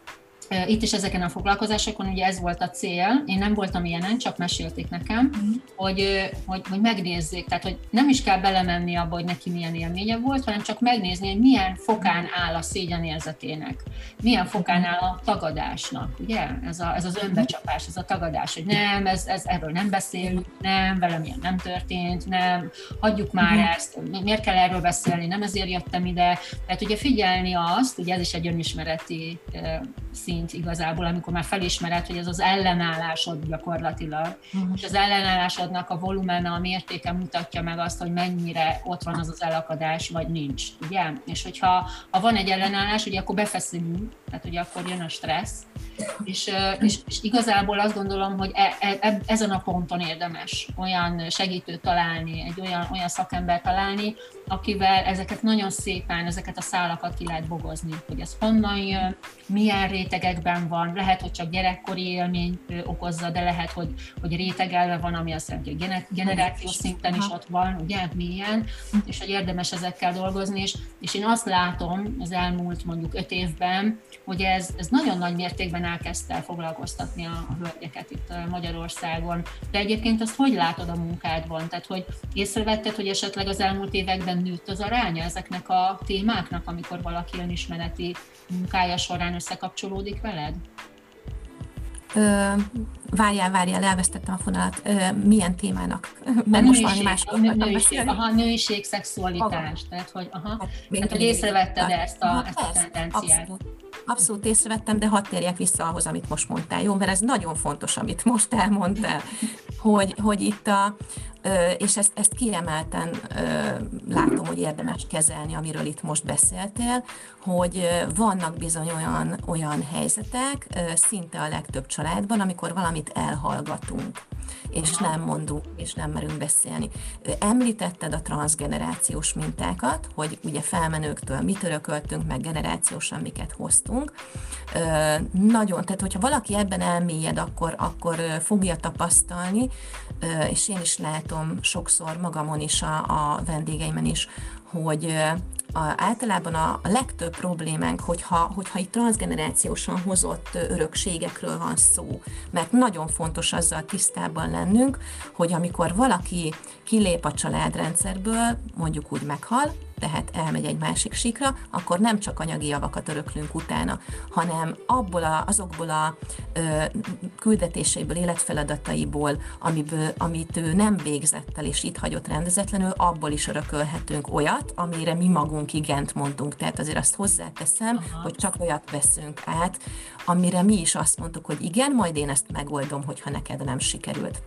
itt is ezeken a foglalkozásokon ugye ez volt a cél, én nem voltam ilyenen, csak mesélték nekem, hogy megnézzék, tehát hogy nem is kell belemenni abba, hogy neki milyen élménye volt, hanem csak megnézni, hogy milyen fokán áll a szégyenérzetének, milyen fokán áll a tagadásnak, ugye? Ez az önbecsapás, ez a tagadás, hogy nem, erről nem beszélünk, nem, velem ilyen nem történt, nem, hagyjuk már ezt, miért kell erről beszélni, nem ezért jöttem ide. Tehát ugye figyelni azt, ugye ez is egy önismereti szint igazából, amikor már felismered, hogy ez az ellenállásod gyakorlatilag, és az ellenállásodnak a volumene, a mértéke mutatja meg azt, hogy mennyire ott van az elakadás, vagy nincs, ugye? És hogyha van egy ellenállás, ugye akkor befeszülünk, tehát ugye akkor jön a stressz, és igazából azt gondolom, hogy ezen a ponton érdemes olyan segítőt találni, egy olyan szakembert találni, akivel ezeket nagyon szépen, ezeket a szálakat ki lehet bogozni, hogy ez honnan jön, milyen rétegekben van, lehet, hogy csak gyerekkori élmény okozza, de lehet, hogy rétegelve van, ami azt jelenti, hogy generációs szinten is ott van, ugye, milyen, és hogy érdemes ezekkel dolgozni, és én azt látom az elmúlt mondjuk 5 évben, hogy ez nagyon nagy mértékben elkezdte el foglalkoztatni a hölgyeket itt Magyarországon. De egyébként azt hogy látod a munkádban? Tehát, hogy észrevetted, hogy esetleg az elmúlt években nőtt az aránya ezeknek a témáknak, amikor valaki önismereti munkája során összekapcsolódik veled? Várjál, elvesztettem a fonalat. Milyen témának? Mert most valami másról akartam beszélni. Nőiség, szexualitás. Tehát, hogy észrevetted ezt a tendenciát. Abszolút észrevettem, de hadd térjek vissza ahhoz, amit most mondtál, jó? Mert ez nagyon fontos, amit most elmondtál, hogy itt és ezt kiemelten látom, hogy érdemes kezelni, amiről itt most beszéltél, hogy vannak bizony olyan helyzetek, szinte a legtöbb családban, amikor valamit elhallgatunk. és nem mondunk, és nem merünk beszélni. Említetted a transzgenerációs mintákat, hogy ugye felmenőktől mit örököltünk, meg generációsan miket hoztunk. Nagyon, tehát hogyha valaki ebben elmélyed, akkor fogja tapasztalni, és én is látom sokszor magamon is, a vendégeimen is, hogy általában a legtöbb problémánk, hogyha itt transzgenerációsan hozott örökségekről van szó, mert nagyon fontos azzal tisztában lennünk, hogy amikor valaki kilép a családrendszerből, mondjuk úgy meghal, tehát elmegy egy másik síkra, akkor nem csak anyagi javakat öröklünk utána, hanem azokból a küldetéseiből, életfeladataiból, amit ő nem végzett el és itt hagyott rendezetlenül, abból is örökölhetünk olyat, amire mi magunk igent mondunk. Tehát azért azt hozzáteszem, hogy csak olyat veszünk át, amire mi is azt mondtuk, hogy igen, majd én ezt megoldom, hogyha neked nem sikerült.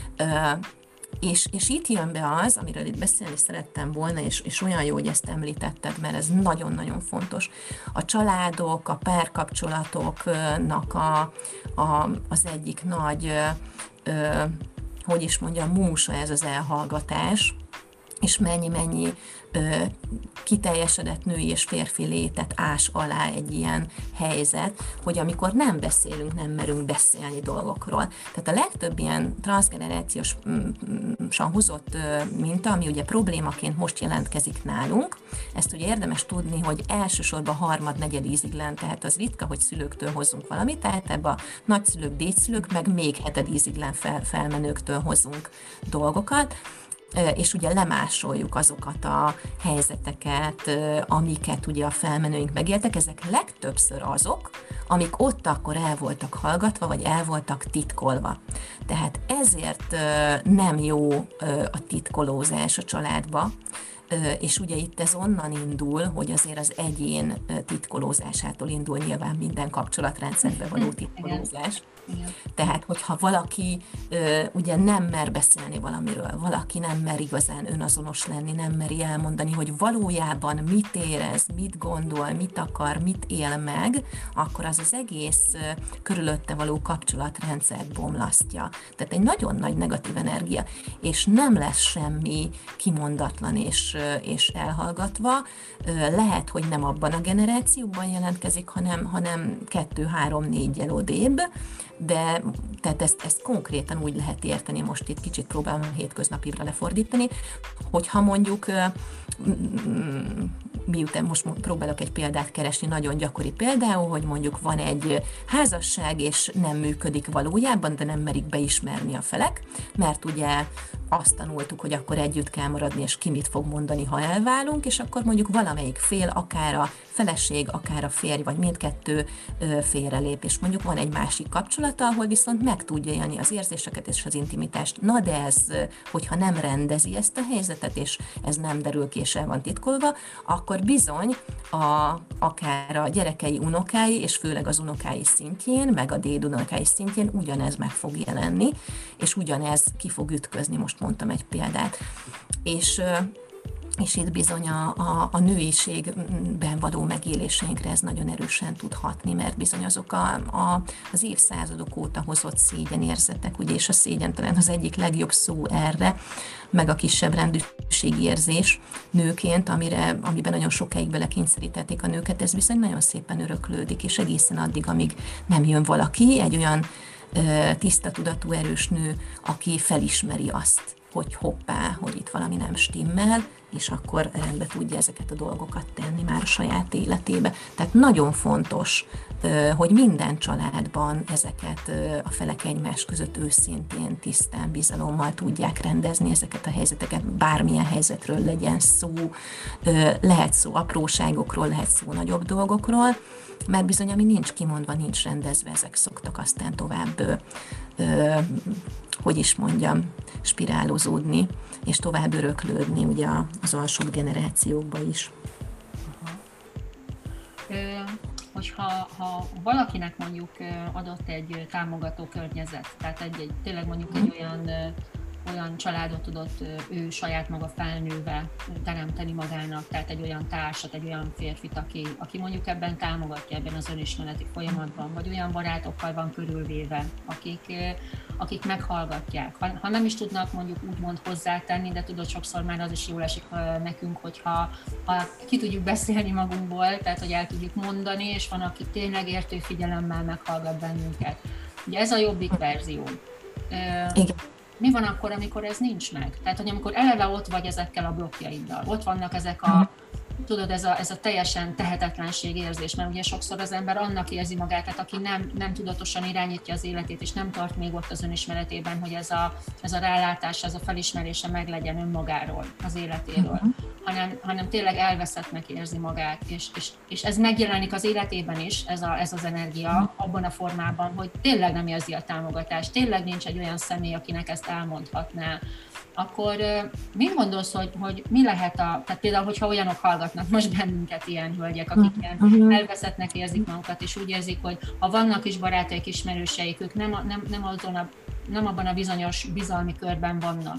És itt jön be az, amiről itt beszélni szerettem volna, és olyan jó, hogy ezt említetted, mert ez nagyon-nagyon fontos. A családok, a párkapcsolatoknak az egyik nagy, hogy is mondjam, músa ez az elhallgatás, és mennyi kiteljesedett női és férfi létet ás alá egy ilyen helyzet, hogy amikor nem beszélünk, nem merünk beszélni dolgokról. Tehát a legtöbb ilyen transzgenerációsan hozott minta, ami ugye problémaként most jelentkezik nálunk, ezt ugye érdemes tudni, hogy elsősorban harmad-negyed íziglen, tehát az ritka, hogy szülőktől hozzunk valamit, tehát ebbe a nagyszülők, dédszülők, meg még heted íziglen felmenőktől hozunk dolgokat, és ugye lemásoljuk azokat a helyzeteket, amiket ugye a felmenőink megéltek, ezek legtöbbször azok, amik ott akkor el voltak hallgatva, vagy el voltak titkolva. Tehát ezért nem jó a titkolózás a családba, és ugye itt ez onnan indul, hogy azért az egyén titkolózásától indul nyilván minden kapcsolatrendszerbe való titkolózás. Igen. Tehát, hogyha valaki ugye nem mer beszélni valamiről, valaki nem mer igazán önazonos lenni, nem meri elmondani, hogy valójában mit érez, mit gondol, mit akar, mit él meg, akkor az egész körülötte való kapcsolatrendszert bomlasztja. Tehát egy nagyon nagy negatív energia, és nem lesz semmi kimondatlan és elhallgatva. Lehet, hogy nem abban a generációban jelentkezik, hanem 2-3-4-jel odébb, de tehát ezt konkrétan úgy lehet érteni, most itt kicsit próbálom a hétköznapira lefordítani, hogyha mondjuk, miután most próbálok egy példát keresni, nagyon gyakori például, hogy mondjuk van egy házasság, és nem működik valójában, de nem merik beismerni a felek, mert ugye azt tanultuk, hogy akkor együtt kell maradni, és ki mit fog mondani, ha elválunk, és akkor mondjuk valamelyik fél, akár a feleség, akár a férj, vagy mindkettő félrelép, és mondjuk van egy másik kapcsolata, ahol viszont meg tudja élni az érzéseket és az intimitást. Na de ez, hogyha nem rendezi ezt a helyzetet, és ez nem derül ki, és el van titkolva, akkor bizony akár a gyerekei, unokái, és főleg az unokái szintjén, meg a dédunokái szintjén ugyanez meg fog jelenni, és ugyanez ki fog ütközni, most mondtam egy példát. És itt bizony a nőiségben való megéléseinkre ez nagyon erősen tud hatni, mert bizony azok az évszázadok óta hozott szégyenérzetek, ugye, és a szégyen talán az egyik legjobb szó erre, meg a kisebb rendűségérzés nőként, amiben nagyon sokáig belekényszerítették a nőket, ez bizony nagyon szépen öröklődik, és egészen addig, amíg nem jön valaki, egy olyan tiszta tudatú erős nő, aki felismeri azt, hogy hoppá, hogy itt valami nem stimmel, és akkor rendbe tudja ezeket a dolgokat tenni már a saját életébe. Tehát nagyon fontos, hogy minden családban ezeket a felek egymás között őszintén, tisztán, bizalommal tudják rendezni ezeket a helyzeteket, bármilyen helyzetről legyen szó, lehet szó apróságokról, lehet szó nagyobb dolgokról, mert bizony, ami nincs kimondva, nincs rendezve, ezek szoktak aztán tovább, hogy is mondjam, spirálozódni, és tovább öröklődni ugye az alsóbb generációkba is. Hogyha valakinek mondjuk adott egy támogató környezet, tehát tényleg mondjuk egy olyan olyan családot tudott ő saját maga felnőve teremteni magának, tehát egy olyan társat, egy olyan férfit, aki mondjuk ebben támogatja, ebben az önismereti folyamatban, vagy olyan barátokkal van körülvéve, akik meghallgatják. Ha nem is tudnak mondjuk úgymond hozzátenni, de tudod, sokszor már az is jól esik nekünk, hogyha ki tudjuk beszélni magunkból, tehát hogy el tudjuk mondani, és van, aki tényleg értő figyelemmel meghallgat bennünket. Ugye ez a jobbik verzió. Igen. Mi van akkor, amikor ez nincs meg? Tehát, hogy amikor eleve ott vagy ezekkel a blokkjaiddal, ott vannak ezek a, tudod, ez a teljesen tehetetlenség érzés, mert ugye sokszor az ember annak érzi magát, tehát aki nem tudatosan irányítja az életét, és nem tart még ott az önismeretében, hogy ez a rálátás, ez a felismerése meglegyen önmagáról, az életéről, hanem tényleg elveszettnek érzi magát, és ez megjelenik az életében is, ez az energia, abban a formában, hogy tényleg nem érzi a támogatást, tényleg nincs egy olyan személy, akinek ezt elmondhatná. Akkor mit gondolsz, hogy mi lehet tehát például, hogyha olyanok hallgatnak most bennünket, ilyen hölgyek, akik ilyen elveszettnek érzik magukat, és úgy érzik, hogy ha vannak is barátaik, ismerőseik, ők nem abban a bizonyos bizalmi körben vannak,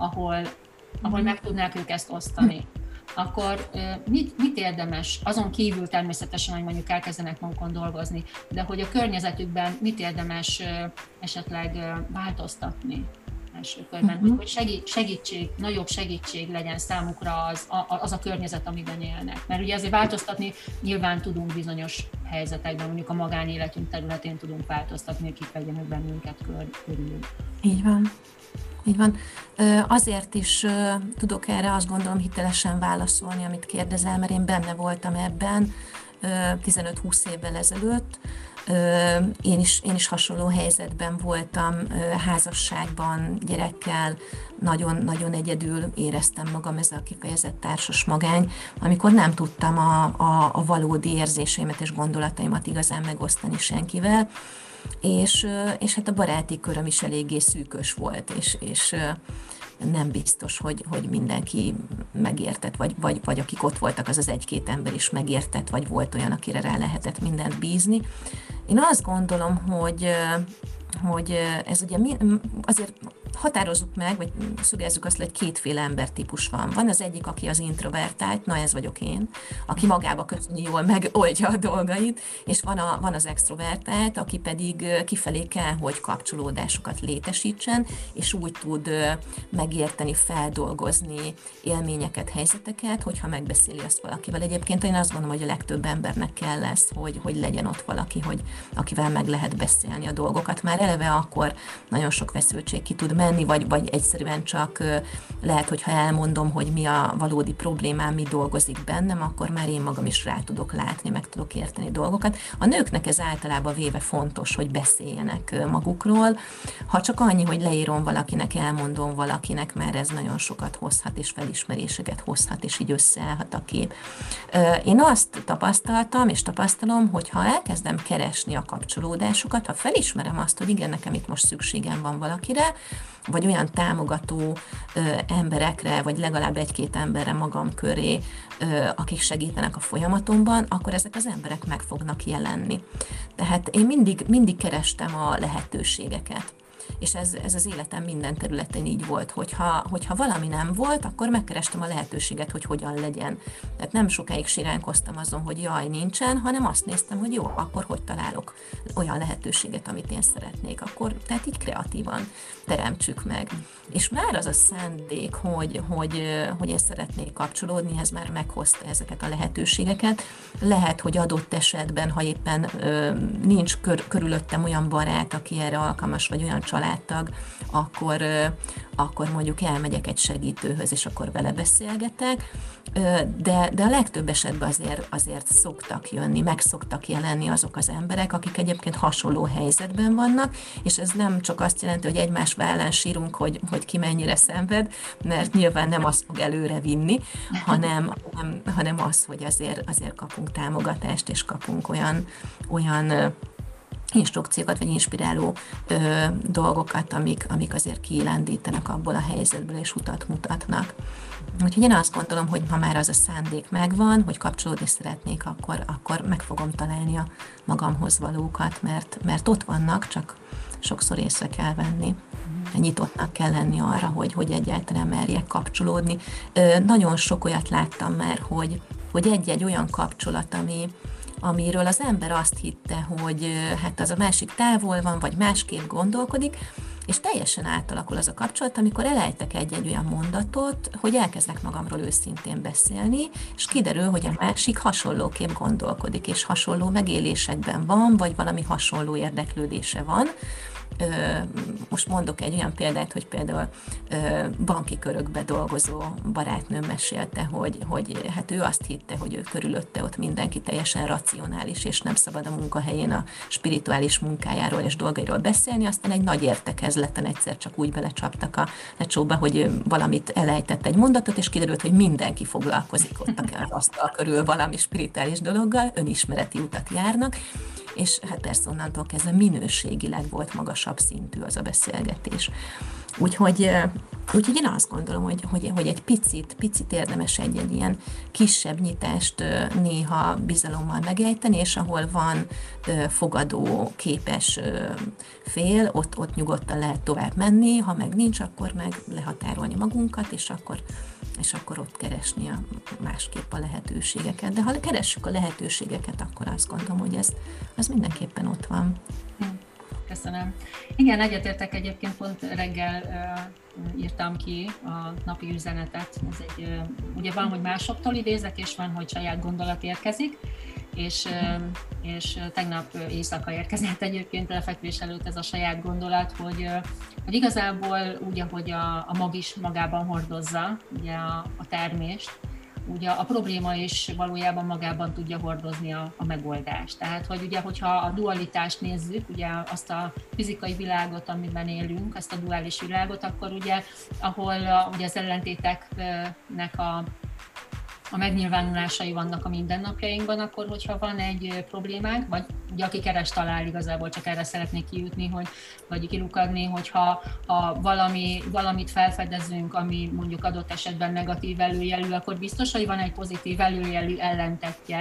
ahol meg tudnák ők ezt osztani. Akkor mit érdemes, azon kívül természetesen, hogy mondjuk elkezdenek magukon dolgozni, de hogy a környezetükben mit érdemes esetleg változtatni első körben, hogy nagyobb segítség legyen számukra az a környezet, amiben élnek. Mert ugye azért változtatni nyilván tudunk bizonyos helyzetekben, mondjuk a magánéletünk területén tudunk változtatni, hogy kik vegyenek bennünket körül. Így van. Így van. Azért is tudok erre, azt gondolom, hitelesen válaszolni, amit kérdezel, mert én benne voltam ebben 15-20 évvel ezelőtt. Én is hasonló helyzetben voltam, házasságban, gyerekkel, nagyon egyedül éreztem magam, ez a kifejezett társas magány, amikor nem tudtam a valódi érzéseimet és gondolataimat igazán megosztani senkivel, és hát a baráti köröm is eléggé szűkös volt, és nem biztos, hogy mindenki megértett, vagy akik ott voltak, az egy-két ember is megértett, vagy volt olyan, akire rá lehetett mindent bízni. Én azt gondolom, hogy ez ugye azért határozzuk meg, vagy szögezzük azt, hogy kétféle embertípus van. Van az egyik, aki az introvertált, na ez vagyok én, aki magába köszöni, jól megoldja a dolgait, és van az extrovertált, aki pedig kifelé kell, hogy kapcsolódásokat létesítsen, és úgy tud megérteni, feldolgozni élményeket, helyzeteket, hogyha megbeszéli azt valakivel. Egyébként én azt gondolom, hogy a legtöbb embernek kell lesz, hogy legyen ott valaki, akivel meg lehet beszélni a dolgokat. Már eleve akkor nagyon sok feszültség ki tud menni, vagy egyszerűen csak lehet, hogyha elmondom, hogy mi a valódi problémám, mi dolgozik bennem, akkor már én magam is rá tudok látni, meg tudok érteni dolgokat. A nőknek ez általában véve fontos, hogy beszéljenek magukról. Ha csak annyi, hogy leírom valakinek, elmondom valakinek, már ez nagyon sokat hozhat, és felismeréseket hozhat, és így összeállhat a kép. Én azt tapasztaltam, és tapasztalom, hogy ha elkezdem keresni a kapcsolódásokat, ha felismerem azt, hogy igen, nekem itt most szükségem van valakire, vagy olyan támogató emberekre, vagy legalább egy-két emberre magam köré, akik segítenek a folyamatomban, akkor ezek az emberek meg fognak jelenni. Tehát én mindig kerestem a lehetőségeket. És ez az életem minden területén így volt, hogyha valami nem volt, akkor megkerestem a lehetőséget, hogy hogyan legyen. Tehát nem sokáig siránkoztam azon, hogy jaj, nincsen, hanem azt néztem, hogy jó, akkor hogy találok olyan lehetőséget, amit én szeretnék. Tehát így kreatívan teremtsük meg. És már az a szándék, hogy én szeretnék kapcsolódni, ez már meghozta ezeket a lehetőségeket. Lehet, hogy adott esetben, ha éppen nincs körülöttem olyan barát, aki erre alkalmas, vagy olyan családtag, akkor mondjuk elmegyek egy segítőhöz, és akkor vele beszélgetek, de a legtöbb esetben azért szoktak jönni, meg szoktak jelenni azok az emberek, akik egyébként hasonló helyzetben vannak, és ez nem csak azt jelenti, hogy egymás vállán sírunk, hogy ki mennyire szenved, mert nyilván nem azt fog előre vinni, hanem az, hogy azért kapunk támogatást, és kapunk olyan instrukciókat, vagy inspiráló dolgokat, amik azért kilendítenek abból a helyzetből, és utat mutatnak. Úgyhogy én azt gondolom, hogy ha már az a szándék megvan, hogy kapcsolódni szeretnék, akkor meg fogom találni a magamhoz valókat, mert ott vannak, csak sokszor észre kell venni. nyitottnak kell lenni arra, hogy egyáltalán merjek kapcsolódni. Nagyon sok olyat láttam már, hogy egy-egy olyan kapcsolat, amiről az ember azt hitte, hogy hát az a másik távol van, vagy másképp gondolkodik, és teljesen átalakul az a kapcsolat, amikor elejtek egy-egy olyan mondatot, hogy elkezdek magamról őszintén beszélni, és kiderül, hogy a másik hasonlóképp gondolkodik, és hasonló megélésekben van, vagy valami hasonló érdeklődése van. Most mondok egy olyan példát, hogy például banki körökbe dolgozó barátnőm mesélte, hogy hát ő azt hitte, hogy ő körülötte ott mindenki teljesen racionális, és nem szabad a munkahelyén a spirituális munkájáról és dolgairól beszélni, aztán egy nagy értekezleten egyszer csak úgy belecsaptak a lecsóba, hogy valamit elejtett egy mondatot, és kiderült, hogy mindenki foglalkozik ott az asztal körül valami spirituális dologgal, önismereti utat járnak, és hát persze onnantól kezdve minőségileg volt magasabb szintű az a beszélgetés. Úgyhogy én azt gondolom, hogy egy picit érdemes egy ilyen kisebb nyitást néha bizalommal megejteni, és ahol van fogadó, képes fél, ott nyugodtan lehet tovább menni, ha meg nincs, akkor meg lehatárolni magunkat, és akkor ott keresni másképp a lehetőségeket. De ha keressük a lehetőségeket, akkor azt gondolom, hogy az mindenképpen ott van. Köszönöm. Igen, egyetértek, egyébként pont reggel írtam ki a napi üzenetet. Ez ugye van, hogy másoktól idézek, és van, hogy saját gondolat érkezik, és tegnap éjszaka érkezett egyébként lefekvés előtt ez a saját gondolat, hogy igazából úgy, ahogy a mag is magában hordozza ugye a termést, ugye a probléma is valójában magában tudja hordozni a megoldást. Tehát, hogy ugye, hogyha a dualitást nézzük, ugye azt a fizikai világot, amiben élünk, azt a duális világot, akkor ugye, ahol ugye az ellentéteknek a megnyilvánulásai vannak a mindennapjainkban, akkor hogyha van egy problémánk, vagy ugye aki keres talál, igazából csak erre szeretnék kijutni, vagy kilukadni, hogyha valamit felfedezünk, ami mondjuk adott esetben negatív előjelű, akkor biztos, hogy van egy pozitív előjelű ellentettje,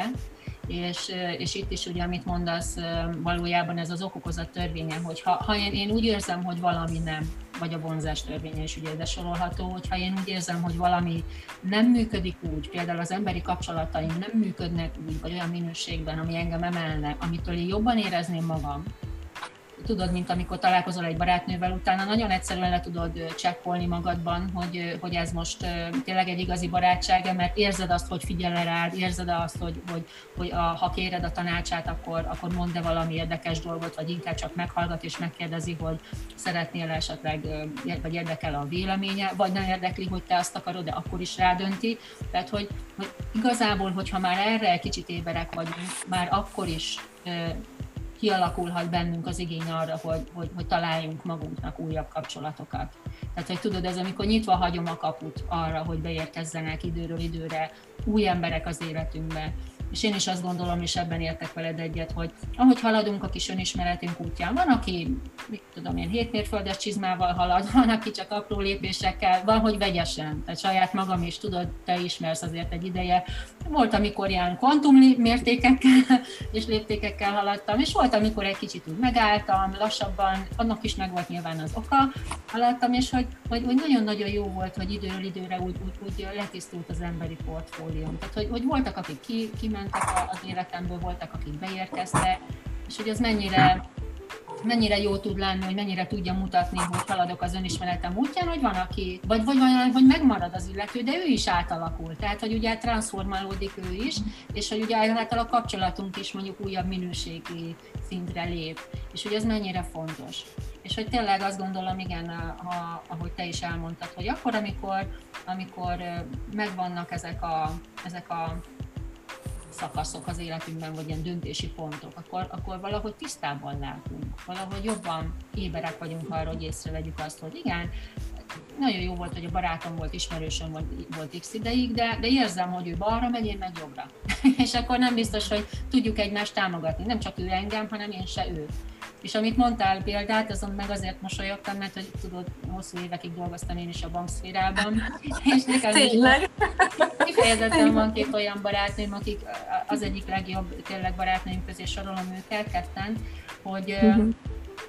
és itt is ugye, amit mondasz, valójában ez az ok-okozat törvénye, hogy ha én úgy érzem, hogy valami nem, vagy a vonzás törvénye is ugye ide sorolható, hogyha én úgy érzem, hogy valami nem működik úgy, például az emberi kapcsolataim nem működnek úgy, vagy olyan minőségben, ami engem emelne, amitől én jobban érezném magam, tudod, mint amikor találkozol egy barátnővel, utána nagyon egyszerűen le tudod csekkolni magadban, hogy ez most tényleg egy igazi barátság, mert érzed azt, hogy figyel rád, érzed azt, hogy ha kéred a tanácsát, akkor mondd valami érdekes dolgot, vagy inkább csak meghallgat és megkérdezi, hogy szeretnél esetleg, vagy érdekel a véleménye, vagy nem érdekli, hogy te azt akarod, de akkor is rádönti. Tehát, hogy igazából, hogyha már erre kicsit éberek vagyunk, már akkor is kialakulhat bennünk az igény arra, hogy találjunk magunknak újabb kapcsolatokat. Tehát, hogy tudod, ez amikor nyitva hagyom a kaput arra, hogy beérkezzenek időről időre új emberek az életünkbe. És én is azt gondolom, és ebben értek veled egyet, hogy ahogy haladunk a kis önismeretünk útján, van, aki, mit tudom én, 7 mérföldes csizmával halad, van, aki csak apró lépésekkel, van, hogy vegyesen. Tehát saját magam is, tudod, te ismersz azért egy ideje. Volt, amikor ilyen kvantum mértékekkel és léptékekkel haladtam, és volt, amikor egy kicsit úgy megálltam, lassabban, annak is meg volt nyilván az oka, haladtam, és hogy nagyon-nagyon jó volt, hogy időről időre úgy letisztult az emberi portfólióm. Tehát, hogy voltak, akik kimentek az életemből, voltak, akik beérkeztek, és hogy ez mennyire jó tud lenni, hogy mennyire tudja mutatni, hogy haladok az önismeretem útján, hogy van, aki, vagy hogy megmarad az illető, de ő is átalakul. Tehát, hogy ugye transformálódik ő is, és hogy ugye által a kapcsolatunk is mondjuk újabb minőségi szintre lép. És hogy ez mennyire fontos. És hogy tényleg azt gondolom, igen, ahogy te is elmondtad, hogy akkor, amikor megvannak ezek a szakaszok az életünkben, vagy ilyen döntési pontok, akkor valahogy tisztában látunk, valahogy jobban éberek vagyunk arra, hogy észrevegyük azt, hogy igen, nagyon jó volt, hogy a barátom volt, ismerősöm volt x ideig, de érzem, hogy ő balra megy, én meg jobbra. És akkor nem biztos, hogy tudjuk egymást támogatni, nem csak ő engem, hanem én se őt. És amit mondtál példát, azon meg azért mosolyogtam, mert hogy tudod, hosszú évekig dolgoztam én is a bankszférában. És nekem tényleg? Kifejezetten van 2 olyan barátnőm, akik az egyik legjobb tényleg barátnőim közé sorolom őket, ketten, hogy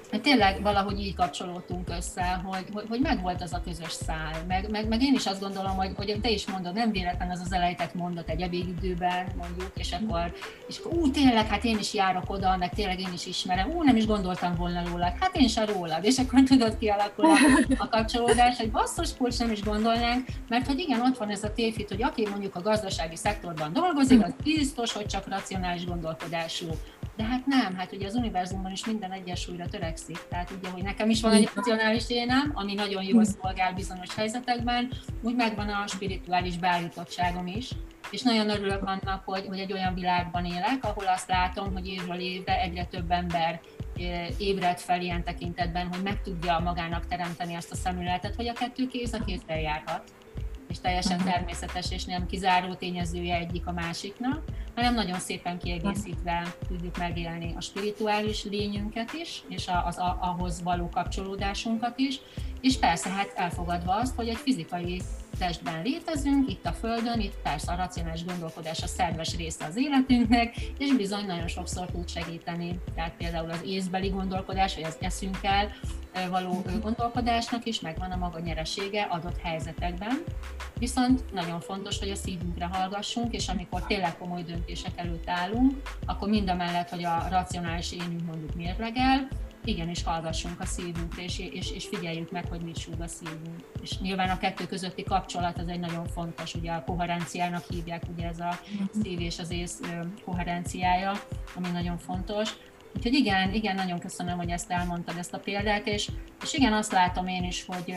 Hát tényleg valahogy így kapcsolódtunk össze, hogy megvolt az a közös szál. Meg én is azt gondolom, hogy te is mondod, nem véletlen az elejtett mondat egy ebédidőben mondjuk, és akkor tényleg, hát én is járok oda, meg tényleg én is ismerem, nem is gondoltam volna rólad, hát én sem rólad, és akkor tudod, kialakul a kapcsolódás, hogy basszus kulcs, nem is gondolnánk, mert hogy igen, ott van ez a tévhit, hogy aki mondjuk a gazdasági szektorban dolgozik, az biztos, hogy csak racionális gondolkodású. De hát nem, hát ugye az univerzumban is minden egyensúlyra törekszik. Tehát ugye, hogy nekem is van egy racionális énem, ami nagyon jól szolgál bizonyos helyzetekben, úgy megvan a spirituális beállítottságom is, és nagyon örülök annak, hogy egy olyan világban élek, ahol azt látom, hogy évről évre egyre több ember ébred fel ilyen tekintetben, hogy meg tudja magának teremteni azt a szemléletet, hogy a kettő kéz a kézben járhat, és teljesen természetes, és nem kizáró tényezője egyik a másiknak, hanem nagyon szépen kiegészítve tudjuk megélni a spirituális lényünket is, és az ahhoz való kapcsolódásunkat is, és persze hát elfogadva azt, hogy egy fizikai testben létezünk, itt a Földön, itt persze a racionális gondolkodás a szerves része az életünknek, és bizony nagyon sokszor tud segíteni. Tehát például az észbeli gondolkodás, vagy az eszünkkel való gondolkodásnak is megvan a maga nyeresége adott helyzetekben. Viszont nagyon fontos, hogy a szívünkre hallgassunk, és amikor tényleg komoly döntések előtt állunk, akkor mindamellett, hogy a racionális énünk mondjuk mérlegel, igenis hallgassunk a szívünkre, és figyeljük meg, hogy mit súg a szívünk. És nyilván a kettő közötti kapcsolat az egy nagyon fontos, ugye a koherenciának hívják, ugye ez a szív és az ész koherenciája, ami nagyon fontos. Úgyhogy igen, nagyon köszönöm, hogy ezt elmondtad, ezt a példát, és igen, azt látom én is, hogy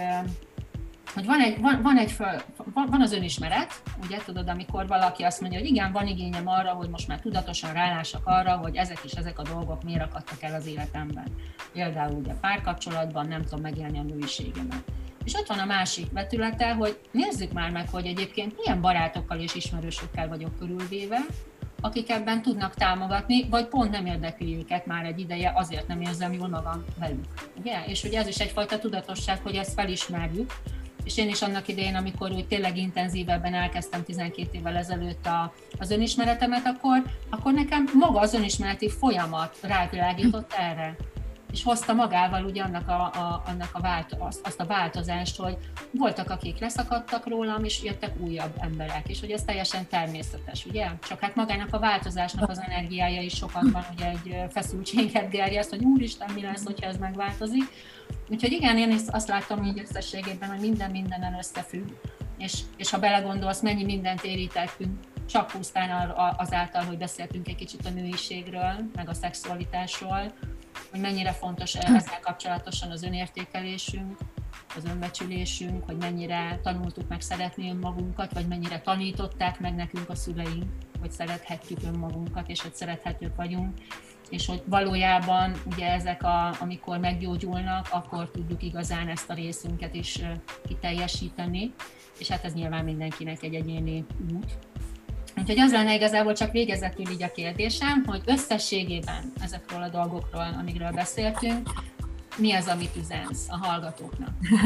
van az önismeret, ugye tudod, amikor valaki azt mondja, hogy igen, van igényem arra, hogy most már tudatosan rálássak arra, hogy ezek a dolgok miért akadtak el az életemben. Például ugye párkapcsolatban nem tudom megélni a nőiségemet. És ott van a másik vetülete, hogy nézzük már meg, hogy egyébként milyen barátokkal és ismerősökkel vagyok körülvéve, akik ebben tudnak támogatni, vagy pont nem érdekli őket már egy ideje, azért nem érzem jól magam velük. Ugye? És ugye ez is egyfajta tudatosság, hogy ezt felismerjük, és én is annak idején, amikor úgy tényleg intenzívebben elkezdtem 12 évvel ezelőtt az önismeretemet, akkor nekem maga az önismereti folyamat rávilágított erre. És hozta magával ugye azt a változást, hogy voltak, akik leszakadtak rólam, és jöttek újabb emberek, és hogy ez teljesen természetes, ugye? Csak hát magának a változásnak az energiája is sokat van, ugye egy feszültséget gerjeszt, hogy úristen, mi lesz, hogyha ez megváltozik. Úgyhogy igen, én is azt látom így összességében, hogy minden mindenen összefügg, és ha belegondolsz, mennyi mindent érítettünk, csak pusztán azáltal, hogy beszéltünk egy kicsit a nőiségről, meg a szexualitásról, hogy mennyire fontos ezzel kapcsolatosan az önértékelésünk, az önbecsülésünk, hogy mennyire tanultuk meg szeretni önmagunkat, vagy mennyire tanították meg nekünk a szüleink, hogy szerethetjük önmagunkat, és hogy szerethetők vagyunk, és hogy valójában ugye ezek, amikor meggyógyulnak, akkor tudjuk igazán ezt a részünket is kiteljesíteni, és hát ez nyilván mindenkinek egy egyéni út. Úgyhogy az lenne igazából csak végezetül így a kérdésem, hogy összességében ezekről a dolgokról, amikről beszéltünk, mi az, amit üzensz a hallgatóknak?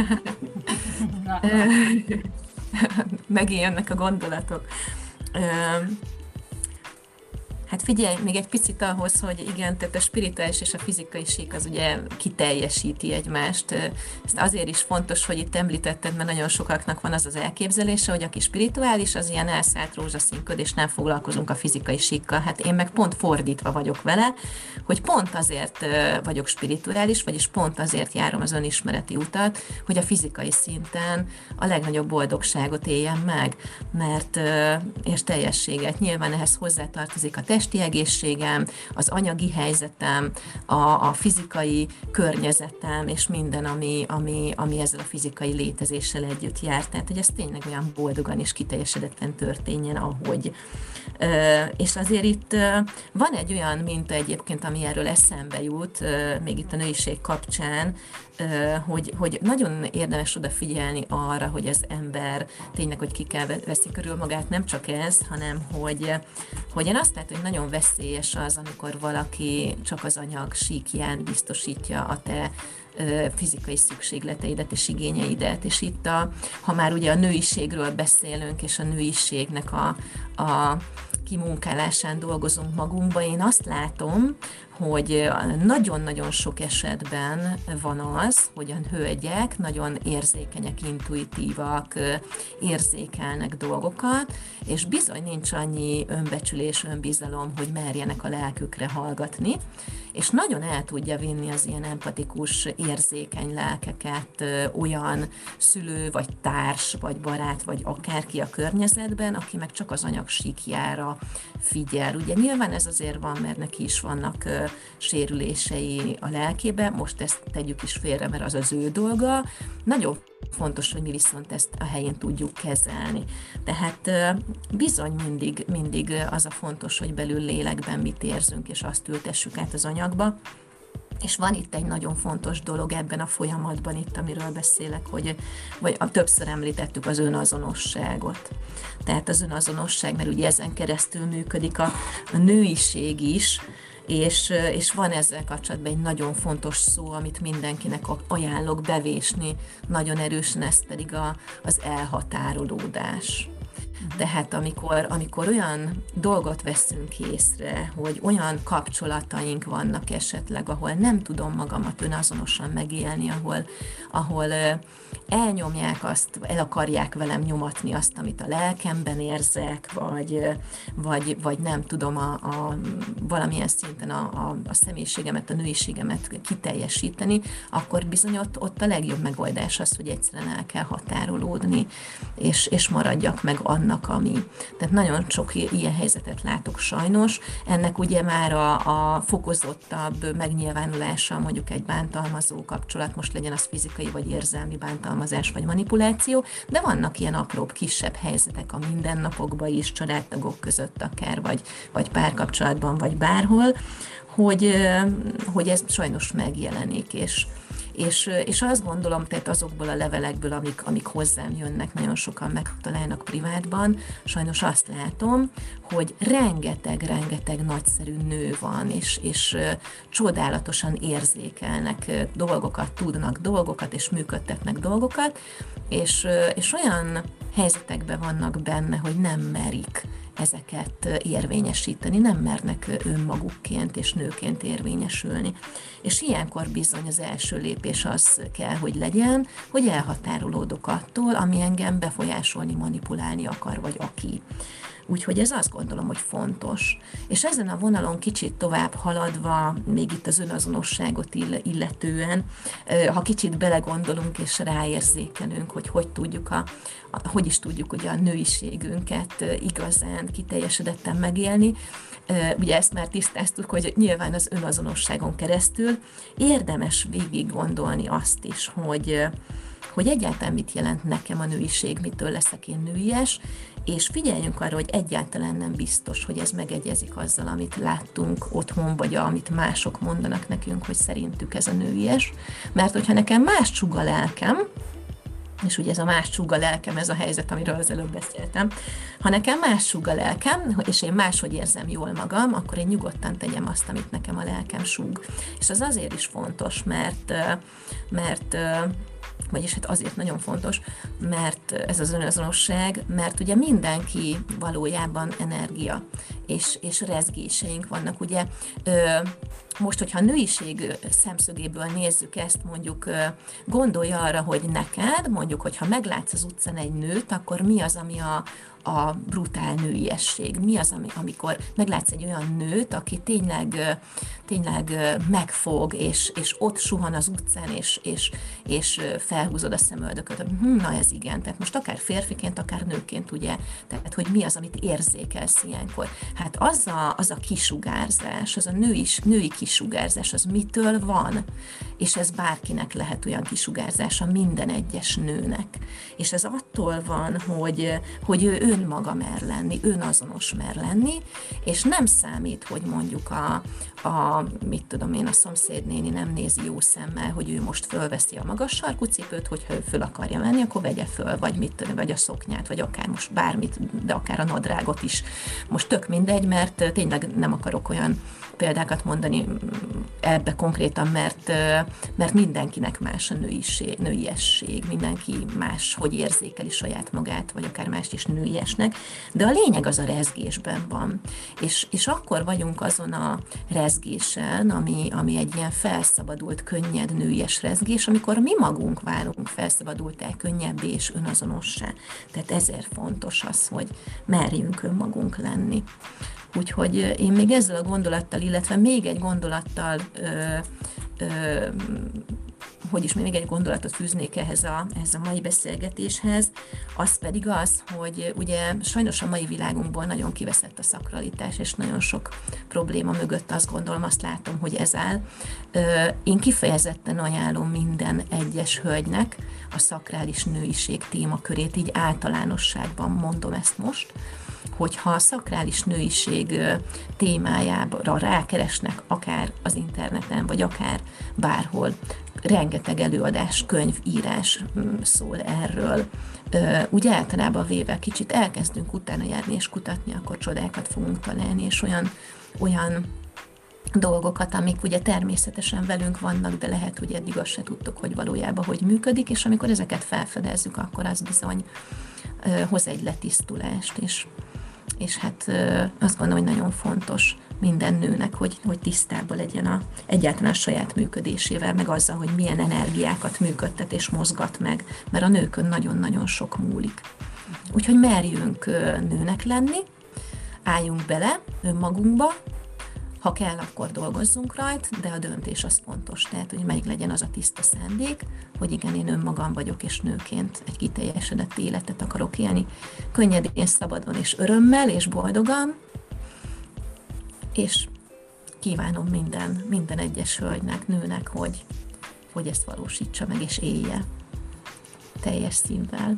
Megint jönnek a gondolatok. Hát figyelj, még egy picit ahhoz, hogy igen, tehát a spirituális és a fizikai sík az ugye kiteljesíti egymást. Ez azért is fontos, hogy itt említetted, mert nagyon sokaknak van az elképzelése, hogy aki spirituális, az ilyen elszállt rózsaszínköd, és nem foglalkozunk a fizikai síkkal. Hát én meg pont fordítva vagyok vele, hogy pont azért vagyok spirituális, vagyis pont azért járom az önismereti utat, hogy a fizikai szinten a legnagyobb boldogságot éljem meg, mert és teljességet. Nyilván ehhez hozzátartozik a testi egészségem, az anyagi helyzetem, a fizikai környezetem, és minden, ami ezzel a fizikai létezéssel együtt jár. Tehát, hogy ez tényleg olyan boldogan és kiteljesedetten történjen, ahogy. És azért itt van egy olyan minta egyébként, ami erről eszembe jut, még itt a nőiség kapcsán, hogy nagyon érdemes odafigyelni arra, hogy az ember tényleg, hogy ki kell veszi körül magát, nem csak ez, hanem hogy én azt látom, hogy nagyon veszélyes az, amikor valaki csak az anyag síkján biztosítja a te fizikai szükségleteidet és igényeidet, és itt ha már ugye a nőiségről beszélünk, és a nőiségnek kimunkálásán dolgozunk magunkba, én azt látom, hogy nagyon-nagyon sok esetben van az, hogy a hölgyek nagyon érzékenyek, intuitívak, érzékelnek dolgokat, és bizony nincs annyi önbecsülés, önbizalom, hogy merjenek a lelkükre hallgatni, és nagyon el tudja vinni az ilyen empatikus, érzékeny lelkeket olyan szülő, vagy társ, vagy barát, vagy akárki a környezetben, aki meg csak az anyag síkjára figyel. Ugye nyilván ez azért van, mert neki is vannak sérülései a lelkébe, most ezt tegyük is félre, mert az az ő dolga. Nagyon fontos, hogy mi viszont ezt a helyén tudjuk kezelni. Tehát bizony mindig az a fontos, hogy belül lélekben mit érzünk, és azt ültessük át az anyagba. És van itt egy nagyon fontos dolog ebben a folyamatban, itt, amiről beszélek, vagy többször említettük az önazonosságot. Tehát az önazonosság, mert ugye ezen keresztül működik a nőiség is, és van ezzel kapcsolatban egy nagyon fontos szó, amit mindenkinek ajánlok bevésni, nagyon erősen, ez pedig az elhatárolódás. Tehát amikor olyan dolgot veszünk észre, hogy olyan kapcsolataink vannak esetleg, ahol nem tudom magamat önazonosan megélni, ahol elnyomják azt, el akarják velem nyomatni azt, amit a lelkemben érzek, vagy nem tudom valamilyen szinten a személyiségemet, a nőiségemet kiteljesíteni, akkor bizony ott a legjobb megoldás az, hogy egyszerűen el kell határolódni, és maradjak meg annak, ami. Tehát nagyon sok ilyen helyzetet látok sajnos. Ennek ugye már a fokozottabb megnyilvánulása mondjuk egy bántalmazó kapcsolat, most legyen az fizikai vagy érzelmi bántalmazás vagy manipuláció, de vannak ilyen apróbb, kisebb helyzetek a mindennapokban is, családtagok között akár, vagy párkapcsolatban, vagy bárhol, hogy ez sajnos megjelenik, és azt gondolom, tehát azokból a levelekből, amik hozzám jönnek, nagyon sokan megtalálnak privátban, sajnos azt látom, hogy rengeteg nagyszerű nő van, és csodálatosan érzékelnek dolgokat, tudnak dolgokat, és működtetnek dolgokat, és olyan helyzetekben vannak benne, hogy nem merik ezeket érvényesíteni, nem mernek önmagukként és nőként érvényesülni. És ilyenkor bizony az első lépés az kell, hogy legyen, hogy elhatárolódok attól, ami engem befolyásolni, manipulálni akar, vagy aki. Úgyhogy ez azt gondolom, hogy fontos. És ezen a vonalon kicsit tovább haladva, még itt az önazonosságot illetően, ha kicsit belegondolunk és ráérzékelünk, hogy tudjuk hogy is tudjuk ugye a nőiségünket igazán kiteljesedetten megélni. Ugye ezt már tisztáztuk, hogy nyilván az önazonosságon keresztül érdemes végig gondolni azt is, hogy egyáltalán mit jelent nekem a nőiség, mitől leszek én nőies, és figyeljünk arra, hogy egyáltalán nem biztos, hogy ez megegyezik azzal, amit láttunk otthon, vagy amit mások mondanak nekünk, hogy szerintük ez a nőies. Mert hogyha nekem más csúg a lelkem, és ugye ez a más csúg a lelkem, ez a helyzet, amiről az előbb beszéltem, ha nekem más súg a lelkem, és én máshogy érzem jól magam, akkor én nyugodtan tegyem azt, amit nekem a lelkem súg. És az azért is fontos, mert vagyis hát azért nagyon fontos, mert ez az önazonosság, mert ugye mindenki valójában energia, és rezgéseink vannak. Ugye most, hogyha a nőiség szemszögéből nézzük ezt, mondjuk gondolja arra, hogy neked, mondjuk, hogyha meglátsz az utcán egy nőt, akkor mi az, ami a brutál nőiesség? Mi az, amikor meglátsz egy olyan nőt, aki tényleg megfog, és ott suhan az utcán, és felhúzod a szemöldököt. Na ez igen, tehát most akár férfiként, akár nőként, ugye, tehát hogy mi az, amit érzékelsz ilyenkor. Hát az a kisugárzás, az a női kisugárzás, az mitől van? És ez bárkinek lehet olyan kisugárzása, minden egyes nőnek. És ez attól van, hogy ő önmaga mer lenni, önazonos mer lenni, és nem számít, hogy mondjuk mit tudom én, a szomszédnéni nem nézi jó szemmel, hogy ő most fölveszi a magas sarkú cipőt, hogyha ő föl akarja menni, akkor vegye föl, vagy a szoknyát, vagy akár most bármit, de akár a nadrágot is. Most tök mindegy, mert tényleg nem akarok olyan példákat mondani, ebbe konkrétan, mert mindenkinek más a nőiesség, mindenki más, hogy érzékeli saját magát, vagy akár mást is nőiesnek, de a lényeg az a rezgésben van. És akkor vagyunk azon a rezgésen, ami egy ilyen felszabadult, könnyed nőies rezgés, amikor mi magunk válunk felszabadultá, könnyebbé és önazonossá. Tehát ezért fontos az, hogy merjünk önmagunk lenni. Úgyhogy én még ezzel a gondolattal, illetve még egy gondolattal, még egy gondolatot fűznék ehhez a mai beszélgetéshez, az pedig az, hogy ugye sajnos a mai világunkból nagyon kiveszett a szakralitás, és nagyon sok probléma mögött azt gondolom, azt látom, hogy ez áll. Én kifejezetten ajánlom minden egyes hölgynek a szakrális nőiség témakörét, így általánosságban mondom ezt most, hogyha a szakrális nőiség témájára rákeresnek, akár az interneten, vagy akár bárhol, rengeteg előadás, könyv, írás szól erről. Úgy általában véve kicsit elkezdünk utána járni és kutatni, akkor csodákat fogunk találni, és olyan dolgokat, amik ugye természetesen velünk vannak, de lehet, hogy eddig azt se tudtuk, hogy valójában hogy működik, és amikor ezeket felfedezzük, akkor az bizony hoz egy letisztulást, és hát azt gondolom, hogy nagyon fontos minden nőnek, hogy tisztában legyen egyáltalán a saját működésével, meg azzal, hogy milyen energiákat működtet és mozgat meg, mert a nőkön nagyon-nagyon sok múlik. Úgyhogy merjünk nőnek lenni, álljunk bele önmagunkba, ha kell, akkor dolgozzunk rajta, de a döntés az fontos, tehát hogy meg legyen az a tiszta szándék, hogy igen, én önmagam vagyok, és nőként egy kiteljesedett életet akarok élni, könnyedén, szabadon és örömmel és boldogan, és kívánom minden egyes hölgynek, nőnek, hogy ezt valósítsa meg és élje teljes szívvel.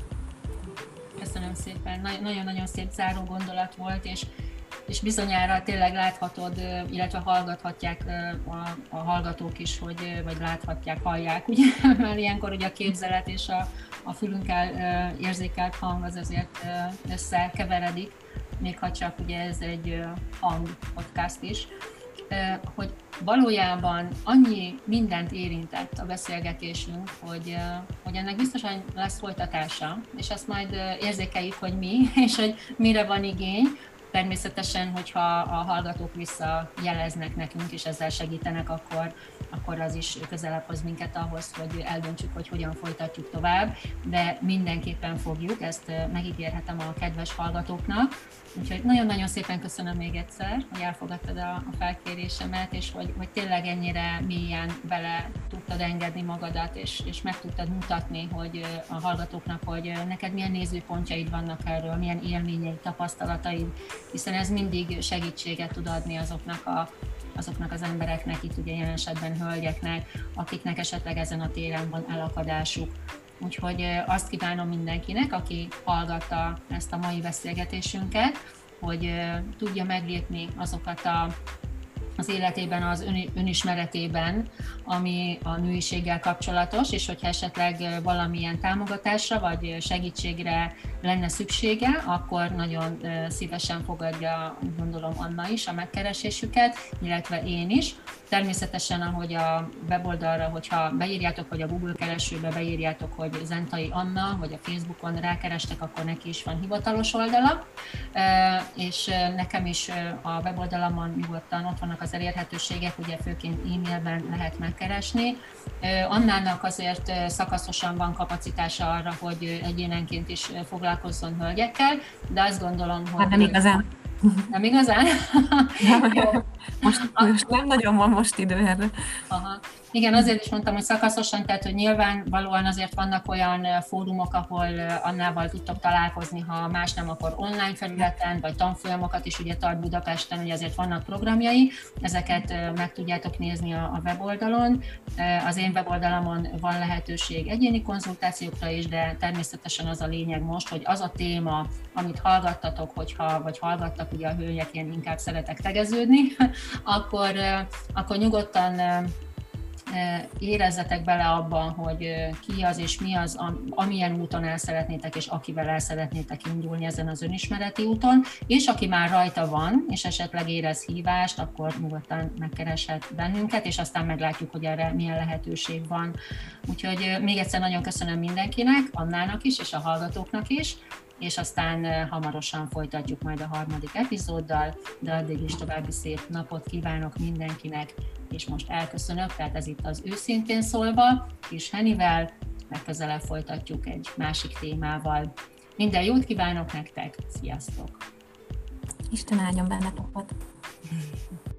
Köszönöm szépen, nagyon-nagyon szép záró gondolat volt, és bizonyára tényleg láthatod, illetve hallgathatják a hallgatók is, vagy láthatják, hallják, ugye? Mert ilyenkor ugye a képzelet és a fülünkkel érzékelt hang az azért összekeveredik, még ha csak ugye ez egy hang podcast is, hogy valójában annyi mindent érintett a beszélgetésünk, hogy ennek biztosan lesz folytatása, és azt majd érzékeljük, hogy mi, és hogy mire van igény. Természetesen, hogyha a hallgatók visszajeleznek nekünk, és ezzel segítenek, akkor az is közelebb hoz minket ahhoz, hogy eldöntsük, hogy hogyan folytatjuk tovább, de mindenképpen fogjuk, ezt megígérhetem a kedves hallgatóknak. Úgyhogy nagyon-nagyon szépen köszönöm még egyszer, hogy elfogadtad a felkérésemet, és hogy tényleg ennyire mélyen bele tudtad engedni magadat, és meg tudtad mutatni, hogy a hallgatóknak, hogy neked milyen nézőpontjaid vannak erről, milyen élményeid, tapasztalataid, hiszen ez mindig segítséget tud adni azoknak az embereknek, itt ugye jelen esetben hölgyeknek, akiknek esetleg ezen a téren van elakadásuk. Úgyhogy azt kívánom mindenkinek, aki hallgatta ezt a mai beszélgetésünket, hogy tudja meglépni azokat az életében, az önismeretében, ami a nőiséggel kapcsolatos, és hogyha esetleg valamilyen támogatásra vagy segítségre lenne szüksége, akkor nagyon szívesen fogadja, gondolom, Anna is a megkeresésüket, illetve én is. Természetesen, ahogy a weboldalra, hogyha beírjátok, vagy a Google keresőbe beírjátok, hogy Zentai Anna, vagy a Facebookon rákerestek, akkor neki is van hivatalos oldala, és nekem is a weboldalamon nyugodtan ott vannak az elérhetőségek, ugye főként e-mailben lehet megkeresni. Annának azért szakaszosan van kapacitása arra, hogy egyénenként is foglalkozzon hölgyekkel, de azt gondolom, hogy... Nem igazán. Nem igazán? Most nem nagyon van most idő erre. Aha. Igen, azért is mondtam, hogy szakaszosan, tehát hogy nyilvánvalóan azért vannak olyan fórumok, ahol Annával tudtok találkozni, ha más nem, akkor online felületen, vagy tanfolyamokat is ugye tart Budapesten, hogy azért vannak programjai, ezeket meg tudjátok nézni a weboldalon. Az én weboldalamon van lehetőség egyéni konzultációkra is, de természetesen az a lényeg most, hogy az a téma, amit hallgattatok, vagy hallgattak, ugye a hölgyek, én inkább szeretek tegeződni, akkor nyugodtan érezzetek bele abban, hogy ki az és mi az, amilyen úton el szeretnétek, és akivel el szeretnétek indulni ezen az önismereti úton, és aki már rajta van, és esetleg érez hívást, akkor nyugodtan megkereshet bennünket, és aztán meglátjuk, hogy erre milyen lehetőség van. Úgyhogy még egyszer nagyon köszönöm mindenkinek, Annának is, és a hallgatóknak is, és aztán hamarosan folytatjuk majd a harmadik epizóddal, de addig is további szép napot kívánok mindenkinek, és most elköszönök, tehát ez itt az Őszintén szólva, Kis Henivel, legközelebb folytatjuk egy másik témával. Minden jót kívánok nektek, sziasztok! Isten áldjon benneteket!